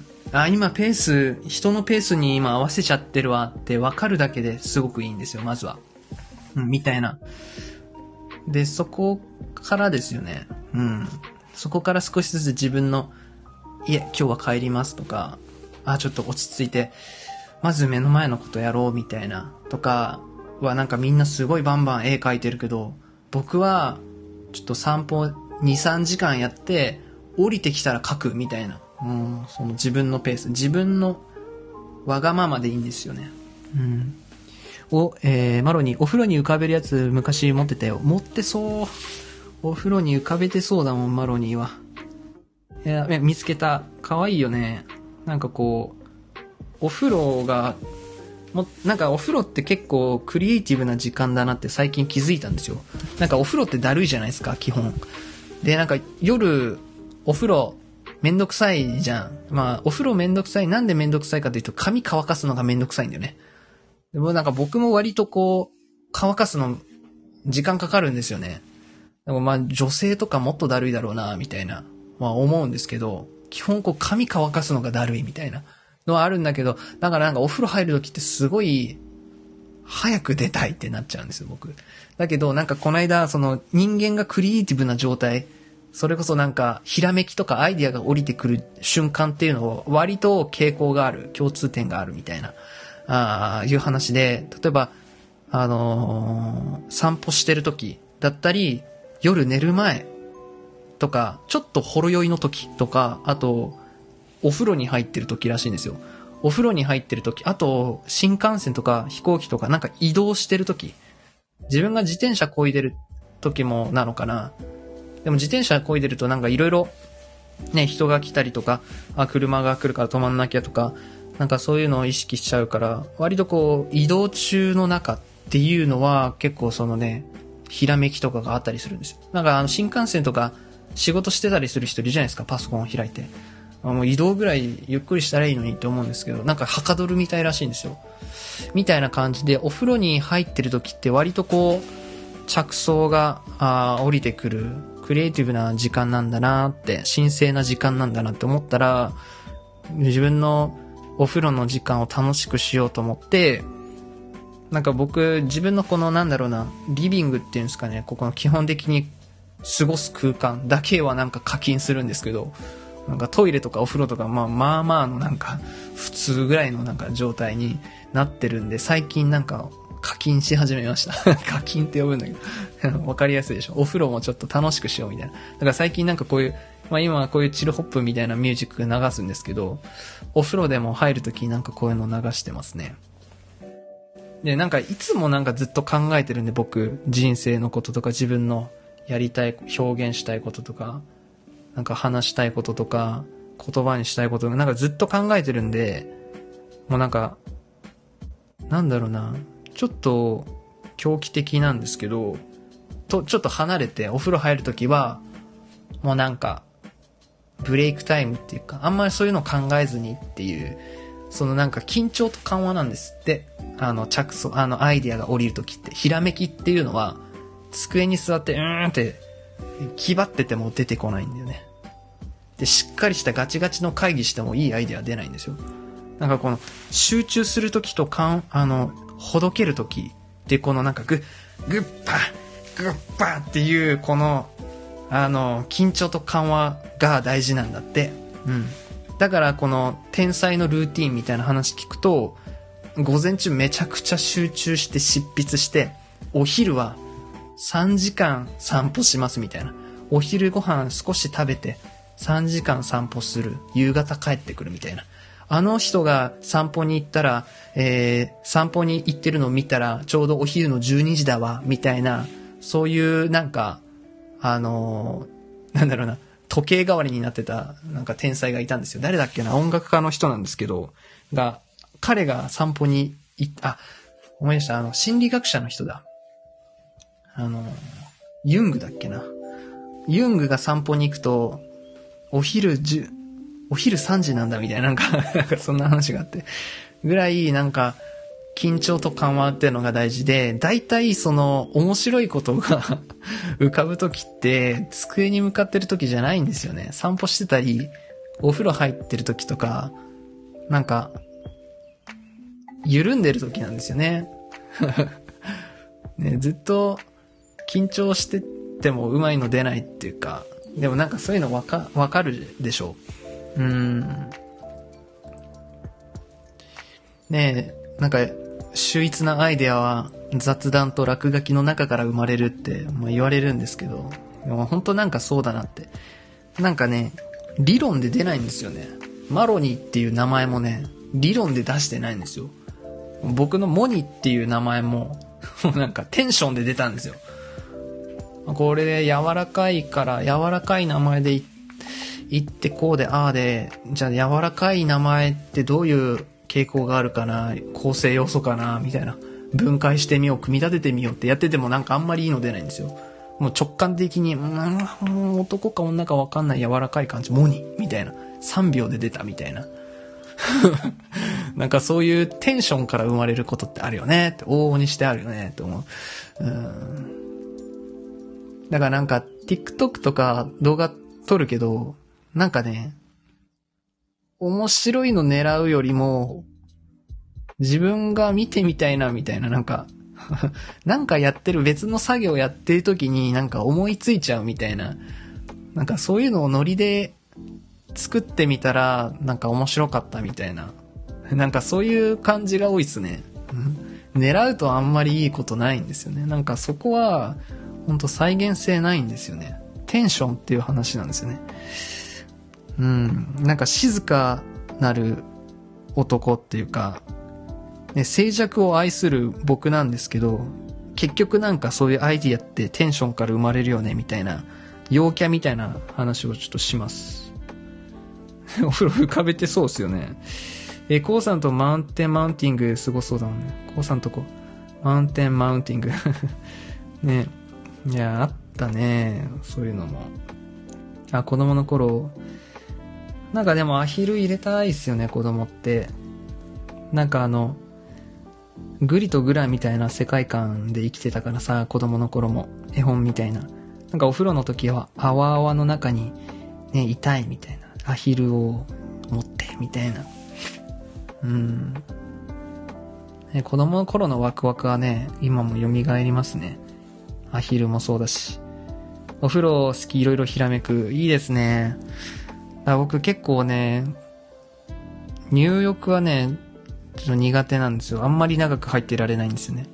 あ、今ペース、人のペースに今合わせちゃってるわって分かるだけですごくいいんですよ、まずは。うん、みたいな。で、そこからですよね。うん。そこから少しずつ自分の、いえ、今日は帰りますとか、あ、ちょっと落ち着いて、まず目の前のことやろうみたいな、とかはなんかみんなすごいバンバン絵描いてるけど、僕はちょっと散歩に、さんじかんやって、降りてきたら描くみたいな。うん、その自分のペース、自分のわがままでいいんですよね。うん。お、えー、マロにお風呂に浮かべるやつ昔持ってたよ。持ってそう。お風呂に浮かべてそうだもん、マロニーは。いや、見つけた。かわいいよね。なんかこう、お風呂が、も、なんかお風呂って結構クリエイティブな時間だなって最近気づいたんですよ。なんかお風呂ってだるいじゃないですか、基本。で、なんか夜、お風呂、めんどくさいじゃん。まあ、お風呂めんどくさい。なんでめんどくさいかというと、髪乾かすのがめんどくさいんだよね。でもなんか僕も割とこう、乾かすの、時間かかるんですよね。でもまあ、女性とかもっとだるいだろうな、みたいな、まあ思うんですけど、基本こう、髪乾かすのがだるいみたいなのはあるんだけど、だからなんかお風呂入るときってすごい、早く出たいってなっちゃうんですよ、僕。だけどなんかこの間、その人間がクリエイティブな状態、それこそなんか、ひらめきとかアイディアが降りてくる瞬間っていうのを割と傾向がある、共通点があるみたいな、ああ、いう話で、例えば、あのー、散歩してる時だったり、夜寝る前とか、ちょっとほろ酔いの時とか、あと、お風呂に入ってる時らしいんですよ。お風呂に入ってる時、あと、新幹線とか飛行機とかなんか移動してる時、自分が自転車漕いでる時もなのかな。でも自転車漕いでるとなんかいろいろね、人が来たりとか、あ、車が来るから止まんなきゃとか、なんかそういうのを意識しちゃうから、割とこう、移動中の中っていうのは結構そのね、ひらめきとかがあったりするんですよ。なんかあの新幹線とか仕事してたりする人いるじゃないですか、パソコンを開いて。もう移動ぐらいゆっくりしたらいいのにって思うんですけど、なんかはかどるみたいらしいんですよ。みたいな感じで、お風呂に入ってる時って割とこう、着想があ降りてくる、クリエイティブな時間なんだなって、神聖な時間なんだなって思ったら、自分のお風呂の時間を楽しくしようと思って、なんか僕、自分のこのなんだろうな、リビングっていうんですかね、ここの基本的に過ごす空間だけはなんか課金するんですけど、なんかトイレとかお風呂とか、まあまあまあのなんか普通ぐらいのなんか状態になってるんで、最近なんか課金し始めました。課金って呼ぶんだけど、わかりやすいでしょ。お風呂もちょっと楽しくしようみたいな。だから最近なんかこういう、まあ今はこういうチルホップみたいなミュージック流すんですけど、お風呂でも入るときになんかこういうの流してますね。で、なんかいつもなんかずっと考えてるんで、僕、人生のこととか自分のやりたい、表現したいこととか、なんか話したいこととか、言葉にしたいこととか、なんかずっと考えてるんで、もうなんか、なんだろうな、ちょっと狂気的なんですけど、と、ちょっと離れてお風呂入るときは、もうなんか、ブレイクタイムっていうか、あんまりそういうの考えずにっていう、 そのなんか緊張と緩和なんですって。あの着想、あのアイディアが降りるときって、ひらめきっていうのは、机に座ってうーんって気張ってても出てこないんだよね。で、しっかりしたガチガチの会議してもいいアイディア出ないんですよ。なんかこの集中するときとかん、あの、ほどけるときで、このなんかグッ、グッパー、グッパーっていうこの、あの、緊張と緩和が大事なんだって。うん。だからこの天才のルーティーンみたいな話聞くと、午前中めちゃくちゃ集中して執筆して、お昼はさんじかん散歩しますみたいな。お昼ご飯少し食べてさんじかん散歩する。夕方帰ってくるみたいな。あの人が散歩に行ったら、えー、散歩に行ってるのを見たらちょうどお昼のじゅうにじだわ、みたいな、そういうなんか、あのー、なんだろうな、時計代わりになってたなんか天才がいたんですよ。誰だっけな、音楽家の人なんですけど、が、彼が散歩に行っ、あ、思い出した、あの、心理学者の人だ。あの、ユングだっけな。ユングが散歩に行くと、お昼じゅ、お昼さんじなんだみたいな、なんか、なんかそんな話があって。ぐらい、なんか、緊張と緩和っていうのが大事で、大体その、面白いことが浮かぶときって、机に向かってるときじゃないんですよね。散歩してたり、お風呂入ってるときとか、なんか、緩んでるときなんですよね。ね、ずっと緊張しててもうまいの出ないっていうか、でもなんかそういうのわか、わかるでしょう。うーん。ねえ、なんか、秀逸なアイデアは雑談と落書きの中から生まれるってまあ言われるんですけど、でも本当なんかそうだなって。なんかね、理論で出ないんですよね。マロニーっていう名前もね、理論で出してないんですよ。僕のモニっていう名前も、なんかテンションで出たんですよ。これで柔らかいから、柔らかい名前で言ってこうでああで、じゃあ柔らかい名前ってどういう傾向があるかな、構成要素かな、みたいな。分解してみよう、組み立ててみようってやっててもなんかあんまりいいの出ないんですよ。もう直感的に、うん、男か女かわかんない柔らかい感じ、モニみたいな。さんびょうで出たみたいな。なんかそういうテンションから生まれることってあるよねって、往々にしてあるよねって思う。うん。だからなんか TikTok とか動画撮るけど、なんかね、面白いの狙うよりも、自分が見てみたいなみたいな、なんか、なんかやってる別の作業やってる時になんか思いついちゃうみたいな、なんかそういうのをノリで作ってみたらなんか面白かったみたいな、なんかそういう感じが多いっすね。狙うとあんまりいいことないんですよね。なんかそこはほんと再現性ないんですよね。テンションっていう話なんですよね。うん、なんか静かなる男っていうか、ね、静寂を愛する僕なんですけど、結局なんかそういうアイディアってテンションから生まれるよねみたいな、陽キャみたいな話をちょっとします。お風呂浮かべてそうですよね。え、コウさんとマウンテンマウンティングすごそうだもんね。コウさんとこ、マウンテンマウンティング。ね。いや、あったね。そういうのも。あ、子供の頃。なんかでもアヒル入れたいっすよね、子供って。なんかあの、グリとグラみたいな世界観で生きてたからさ、子供の頃も。絵本みたいな。なんかお風呂の時は、あわあわの中に、ね、いたいみたいな。アヒルを持って、みたいな。うん。ね、子供の頃のワクワクはね、今も蘇りますね。アヒルもそうだし。お風呂好き、いろいろひらめく。いいですね。あ、僕結構ね、入浴はね、ちょっと苦手なんですよ。あんまり長く入ってられないんですよね。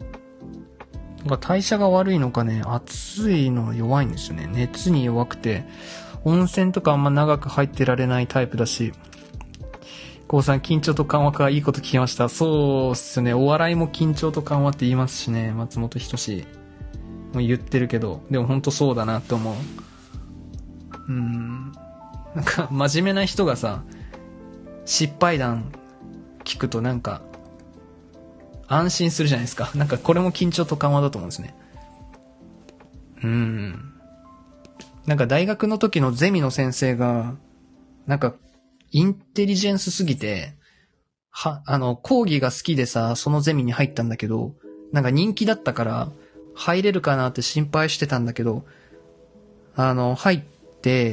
代謝が悪いのかね、暑いの弱いんですよね。熱に弱くて、温泉とかあんま長く入ってられないタイプだし、こうさん、緊張と緩和かいいこと聞きました。そうっすよね。お笑いも緊張と緩和って言いますしね。松本人志も言ってるけど、でもほんとそうだなって思う。うーん。なんか真面目な人がさ、失敗談聞くとなんか安心するじゃないですか。なんかこれも緊張と緩和だと思うんですね。うーん。なんか大学の時のゼミの先生が、なんかインテリジェンスすぎて、 は、あの、講義が好きでさ、そのゼミに入ったんだけど、なんか人気だったから、入れるかなって心配してたんだけど、あの、入って、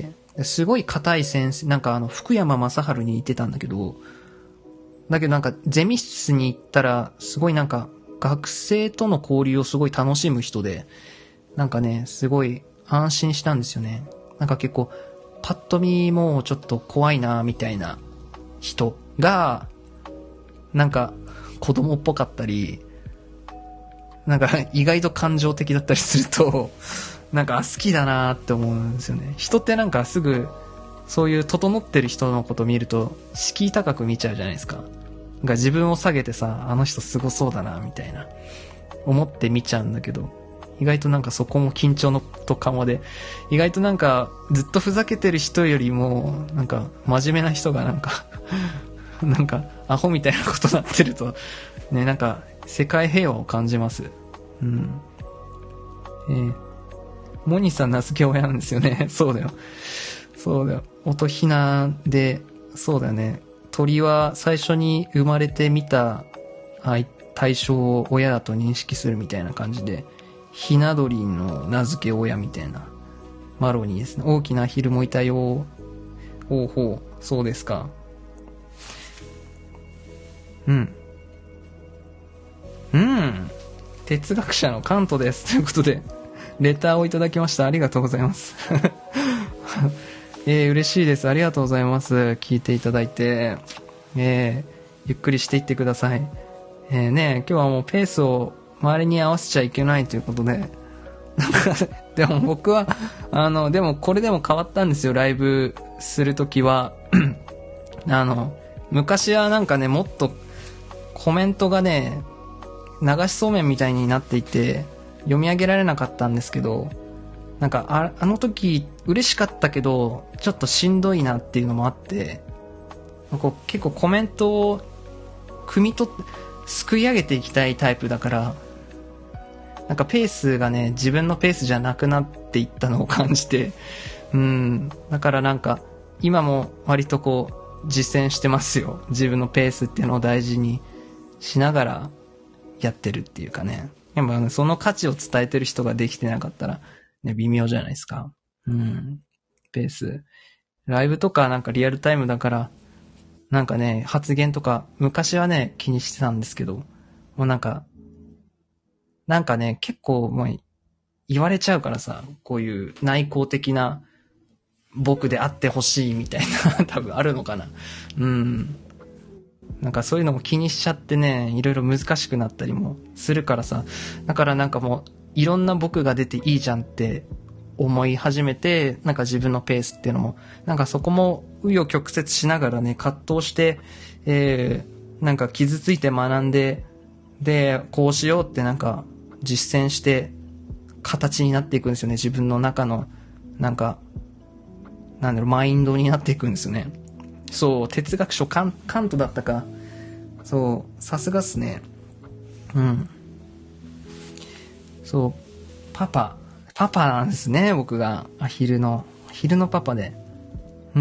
すごい硬い先生、なんかあの、福山雅治にいてたんだけど、だけどなんかゼミ室に行ったら、すごいなんか、学生との交流をすごい楽しむ人で、なんかね、すごい安心したんですよね。なんか結構、パッと見もうちょっと怖いなみたいな人が、なんか子供っぽかったり、なんか意外と感情的だったりすると、なんか好きだなって思うんですよね。人ってなんかすぐ、そういう整ってる人のことを見ると、敷居高く見ちゃうじゃないですか。なんか自分を下げてさ、あの人すごそうだなみたいな、思って見ちゃうんだけど、意外となんかそこも緊張のとかもで、意外となんかずっとふざけてる人よりも、なんか真面目な人がなんか、なんかアホみたいなことになってると、ね、なんか世界平和を感じます。うん。えー、モニさん名付け親なんですよね。そうだよ。そうだよ。音ひなで、そうだよね。鳥は最初に生まれてみた対象を親だと認識するみたいな感じで、ひな鳥の名付け親みたいな。マロニーですね。大きなアヒルもいたよ。ほうほう。そうですか。うん。うん。哲学者のカントです。ということで、レターをいただきました。ありがとうございます。えー、嬉しいです。ありがとうございます。聞いていただいて。えー、ゆっくりしていってください。えー、ね、今日はもうペースを周りに合わせちゃいけないということで。なんか、でも僕は、あの、でもこれでも変わったんですよ。ライブするときは。あの、昔はなんかね、もっとコメントがね、流しそうめんみたいになっていて、読み上げられなかったんですけど、なんかあ、あの時嬉しかったけど、ちょっとしんどいなっていうのもあって、こう結構コメントを汲み取って、すくい上げていきたいタイプだから、なんかペースがね、自分のペースじゃなくなっていったのを感じて、うん、だからなんか、今も割とこう、実践してますよ。自分のペースっていうのを大事にしながらやってるっていうかね。やっぱね、その価値を伝えてる人ができてなかったら、ね、微妙じゃないですか。うん。ペース。ライブとかなんかリアルタイムだから、なんかね、発言とか、昔はね、気にしてたんですけど、もうなんか、なんかね、結構もう言われちゃうからさ、こういう内向的な僕であってほしいみたいな、多分あるのかな。うん。なんかそういうのも気にしちゃってね、いろいろ難しくなったりもするからさ、だからなんかもう、いろんな僕が出ていいじゃんって思い始めて、なんか自分のペースっていうのも、なんかそこも紆余曲折しながらね、葛藤して、えー、なんか傷ついて学んで、で、こうしようってなんか実践して、形になっていくんですよね。自分の中の、なんか、なんだろう、マインドになっていくんですよね。そう、哲学書カン、カントだったか。そう、さすがっすね。うん。そう、パパ。パパなんですね、僕が。アヒルの、アヒルのパパで。うん。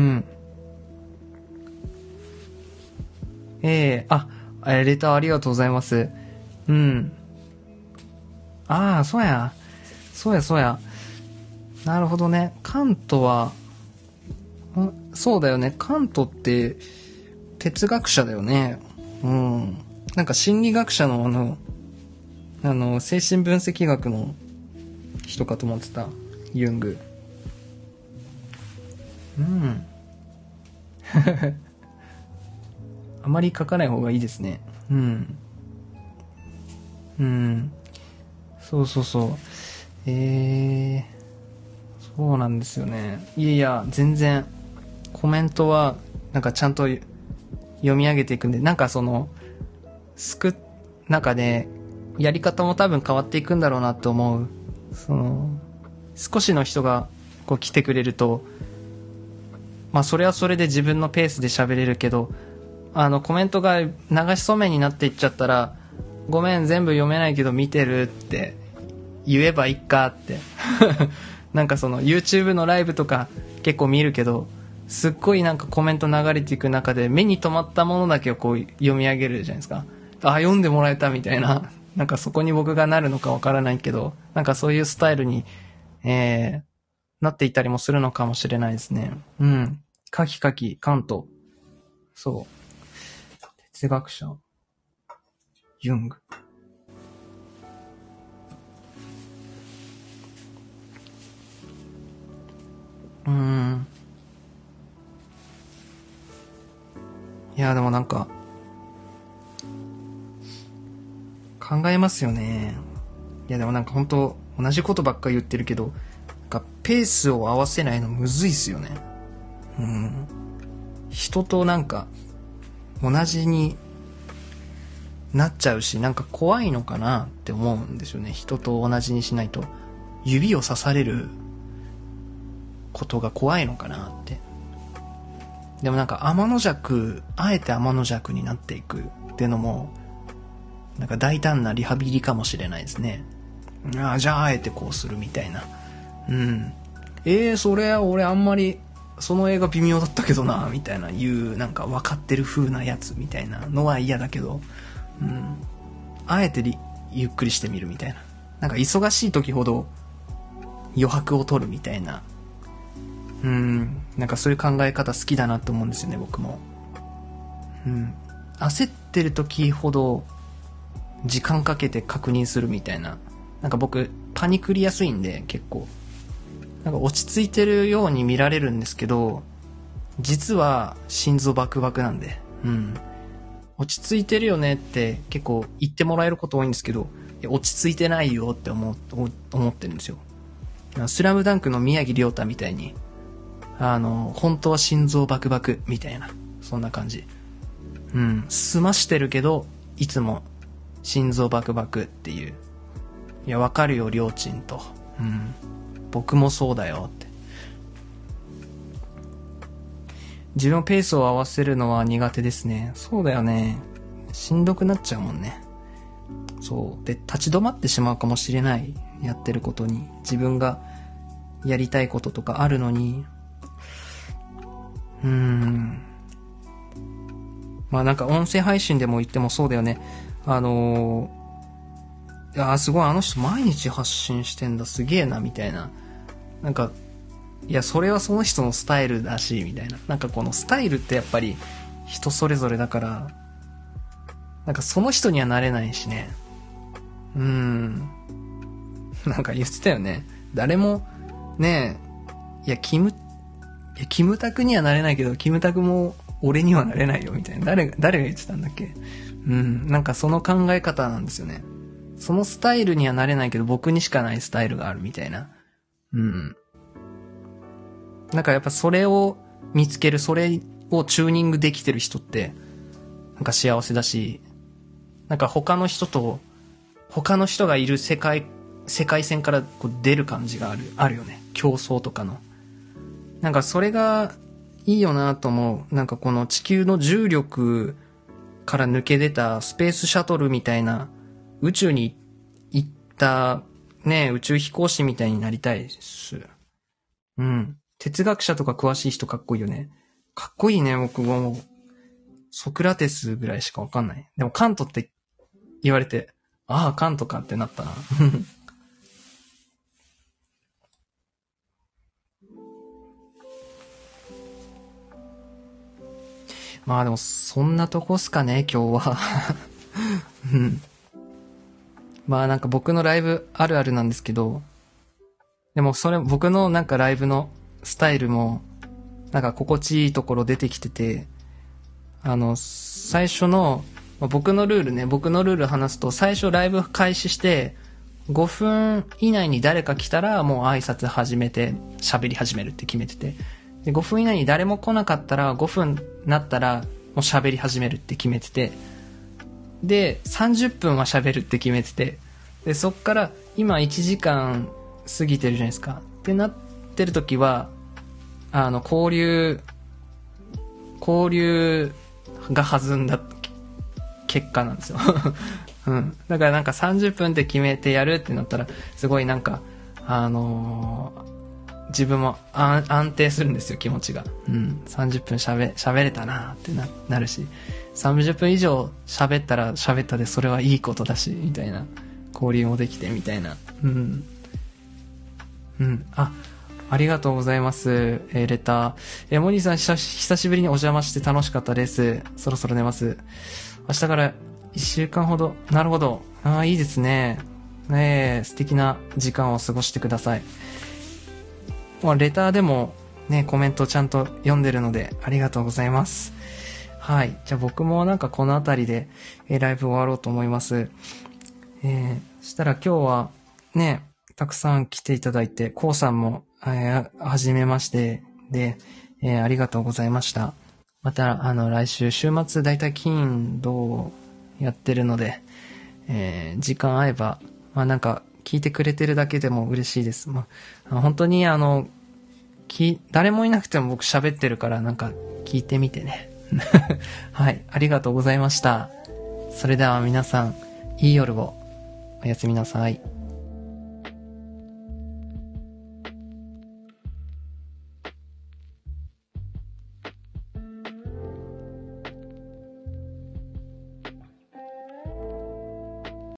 ええー、あ、レターありがとうございます。うん。ああ、そうや。そうや、そうや。なるほどね。カントは、そうだよね。カントって哲学者だよね。うん。なんか心理学者のあの、あの、精神分析学の人かと思ってた。ユング。うん。あまり書かない方がいいですね。うん。うん。そうそうそう。えー、そうなんですよね。いやいや、全然、コメントは、なんかちゃんと読み上げていくんで、なんかその、すく、なんかね、やり方も多分変わっていくんだろうなって思う。その、少しの人がこう来てくれると、まあそれはそれで自分のペースで喋れるけど、あのコメントが流しそうめんになっていっちゃったら、ごめん全部読めないけど見てるって言えばいいかって。なんかその YouTube のライブとか結構見るけど、 すっごいなんかコメント流れていく中で目に留まったものだけをこう読み上げるじゃないですか。あ、読んでもらえたみたいな。なんかそこに僕がなるのかわからないけど、なんかそういうスタイルに、えー、なっていたりもするのかもしれないですね。うん。カキカキ、カント。そう。哲学者。ユング。うーん。いや、でもなんか、考えますよね。いや、でもなんか本当同じことばっかり言ってるけど、なんかペースを合わせないのむずいっすよね。うん。人となんか、同じになっちゃうし、なんか怖いのかなって思うんですよね。人と同じにしないと。指を刺されることが怖いのかなって。でもなんか天の弱、あえて天の弱になっていくっていうのも、なんか大胆なリハビリかもしれないですね。ああ、じゃああえてこうするみたいな。うん。えー、それ俺あんまり、その映画微妙だったけどな、みたいないう、なんか分かってる風なやつみたいなのは嫌だけど、うん。あえてりゆっくりしてみるみたいな。なんか忙しい時ほど余白を取るみたいな。うん。なんかそういう考え方好きだなと思うんですよね、僕も。うん。焦ってる時ほど、時間かけて確認するみたいな。なんか僕パニクりやすいんで結構なんか落ち着いてるように見られるんですけど、実は心臓バクバクなんで、うん、落ち着いてるよねって結構言ってもらえること多いんですけど、いや落ち着いてないよって思う思ってるんですよ。スラムダンクの宮城亮太みたいに、あの本当は心臓バクバクみたいな、そんな感じ。うん、済ましてるけどいつも心臓バクバクっていう。いや、わかるよ、りょーちんと。うん。僕もそうだよって。自分のペースを合わせるのは苦手ですね。そうだよね。しんどくなっちゃうもんね。そう。で、立ち止まってしまうかもしれない。やってることに。自分がやりたいこととかあるのに。うーん。まあなんか音声配信でも言ってもそうだよね。あのー、いやーすごいあの人毎日発信してんだすげえなみたいな。なんか、いやそれはその人のスタイルだしみたいな。なんかこのスタイルってやっぱり人それぞれだから、なんかその人にはなれないしね。うーん。なんか言ってたよね。誰も、ねえ、いや、キム、いや、キムタクにはなれないけど、キムタクも俺にはなれないよみたいな。誰が、誰が言ってたんだっけ。うん。なんかその考え方なんですよね。そのスタイルにはなれないけど僕にしかないスタイルがあるみたいな。うん。なんかやっぱそれを見つける、それをチューニングできてる人ってなんか幸せだし、なんか他の人と他の人がいる世界世界線からこう出る感じがあるあるよね。競争とかの。なんかそれがいいよなと思う。なんかこの地球の重力から抜け出たスペースシャトルみたいな。宇宙に行ったね、宇宙飛行士みたいになりたいです。うん。哲学者とか詳しい人かっこいいよね。かっこいいね、僕はもう。ソクラテスぐらいしかわかんない。でもカントって言われて、ああ、カントかってなったな。まあでも、そんなとこっすかね、今日は。うん。まあなんか僕のライブあるあるなんですけど、でもそれ僕のなんかライブのスタイルもなんか心地いいところ出てきてて、あの最初の僕のルールね、僕のルール話すと、最初ライブ開始してごふん以内に誰か来たらもう挨拶始めて喋り始めるって決めてて、でごふん以内に誰も来なかったらごふんなったらもう喋り始めるって決めてて、でさんじゅっぷんは喋るって決めてて、でそっから今いちじかん過ぎてるじゃないですかってなってる時は、あの交流交流が弾んだ結果なんですよ、うん、だからなんかさんじゅっぷんって決めてやるってなったらすごいなんかあのー、 自分も安安定するんですよ、気持ちが。うん。さんじゅっぷん喋、喋れたなってな、なるし、さんじゅっぷん以上喋ったら喋ったでそれはいいことだし、みたいな。交流もできて、みたいな。うん。うん。あ、ありがとうございます。えー、レター。えー、モニーさん久し、久しぶりにお邪魔して楽しかったです。そろそろ寝ます。明日からいっしゅうかんほど。なるほど。ああ、いいですね。えー、素敵な時間を過ごしてください。まあ、レターでもね、コメントちゃんと読んでるので、ありがとうございます。はい。じゃあ僕もなんかこのあたりで、えー、ライブ終わろうと思います。えー、そしたら今日はね、たくさん来ていただいて、コウさんも、えー、はじめまして、で、えー、ありがとうございました。また、あの、来週、週末だいたい金、土やってるので、えー、時間合えば、まあなんか、聞いてくれてるだけでも嬉しいです。まあ、本当にあの、き、誰もいなくても僕喋ってるから、なんか、聞いてみてね。はい、ありがとうございました。それでは皆さん、いい夜を。おやすみなさい。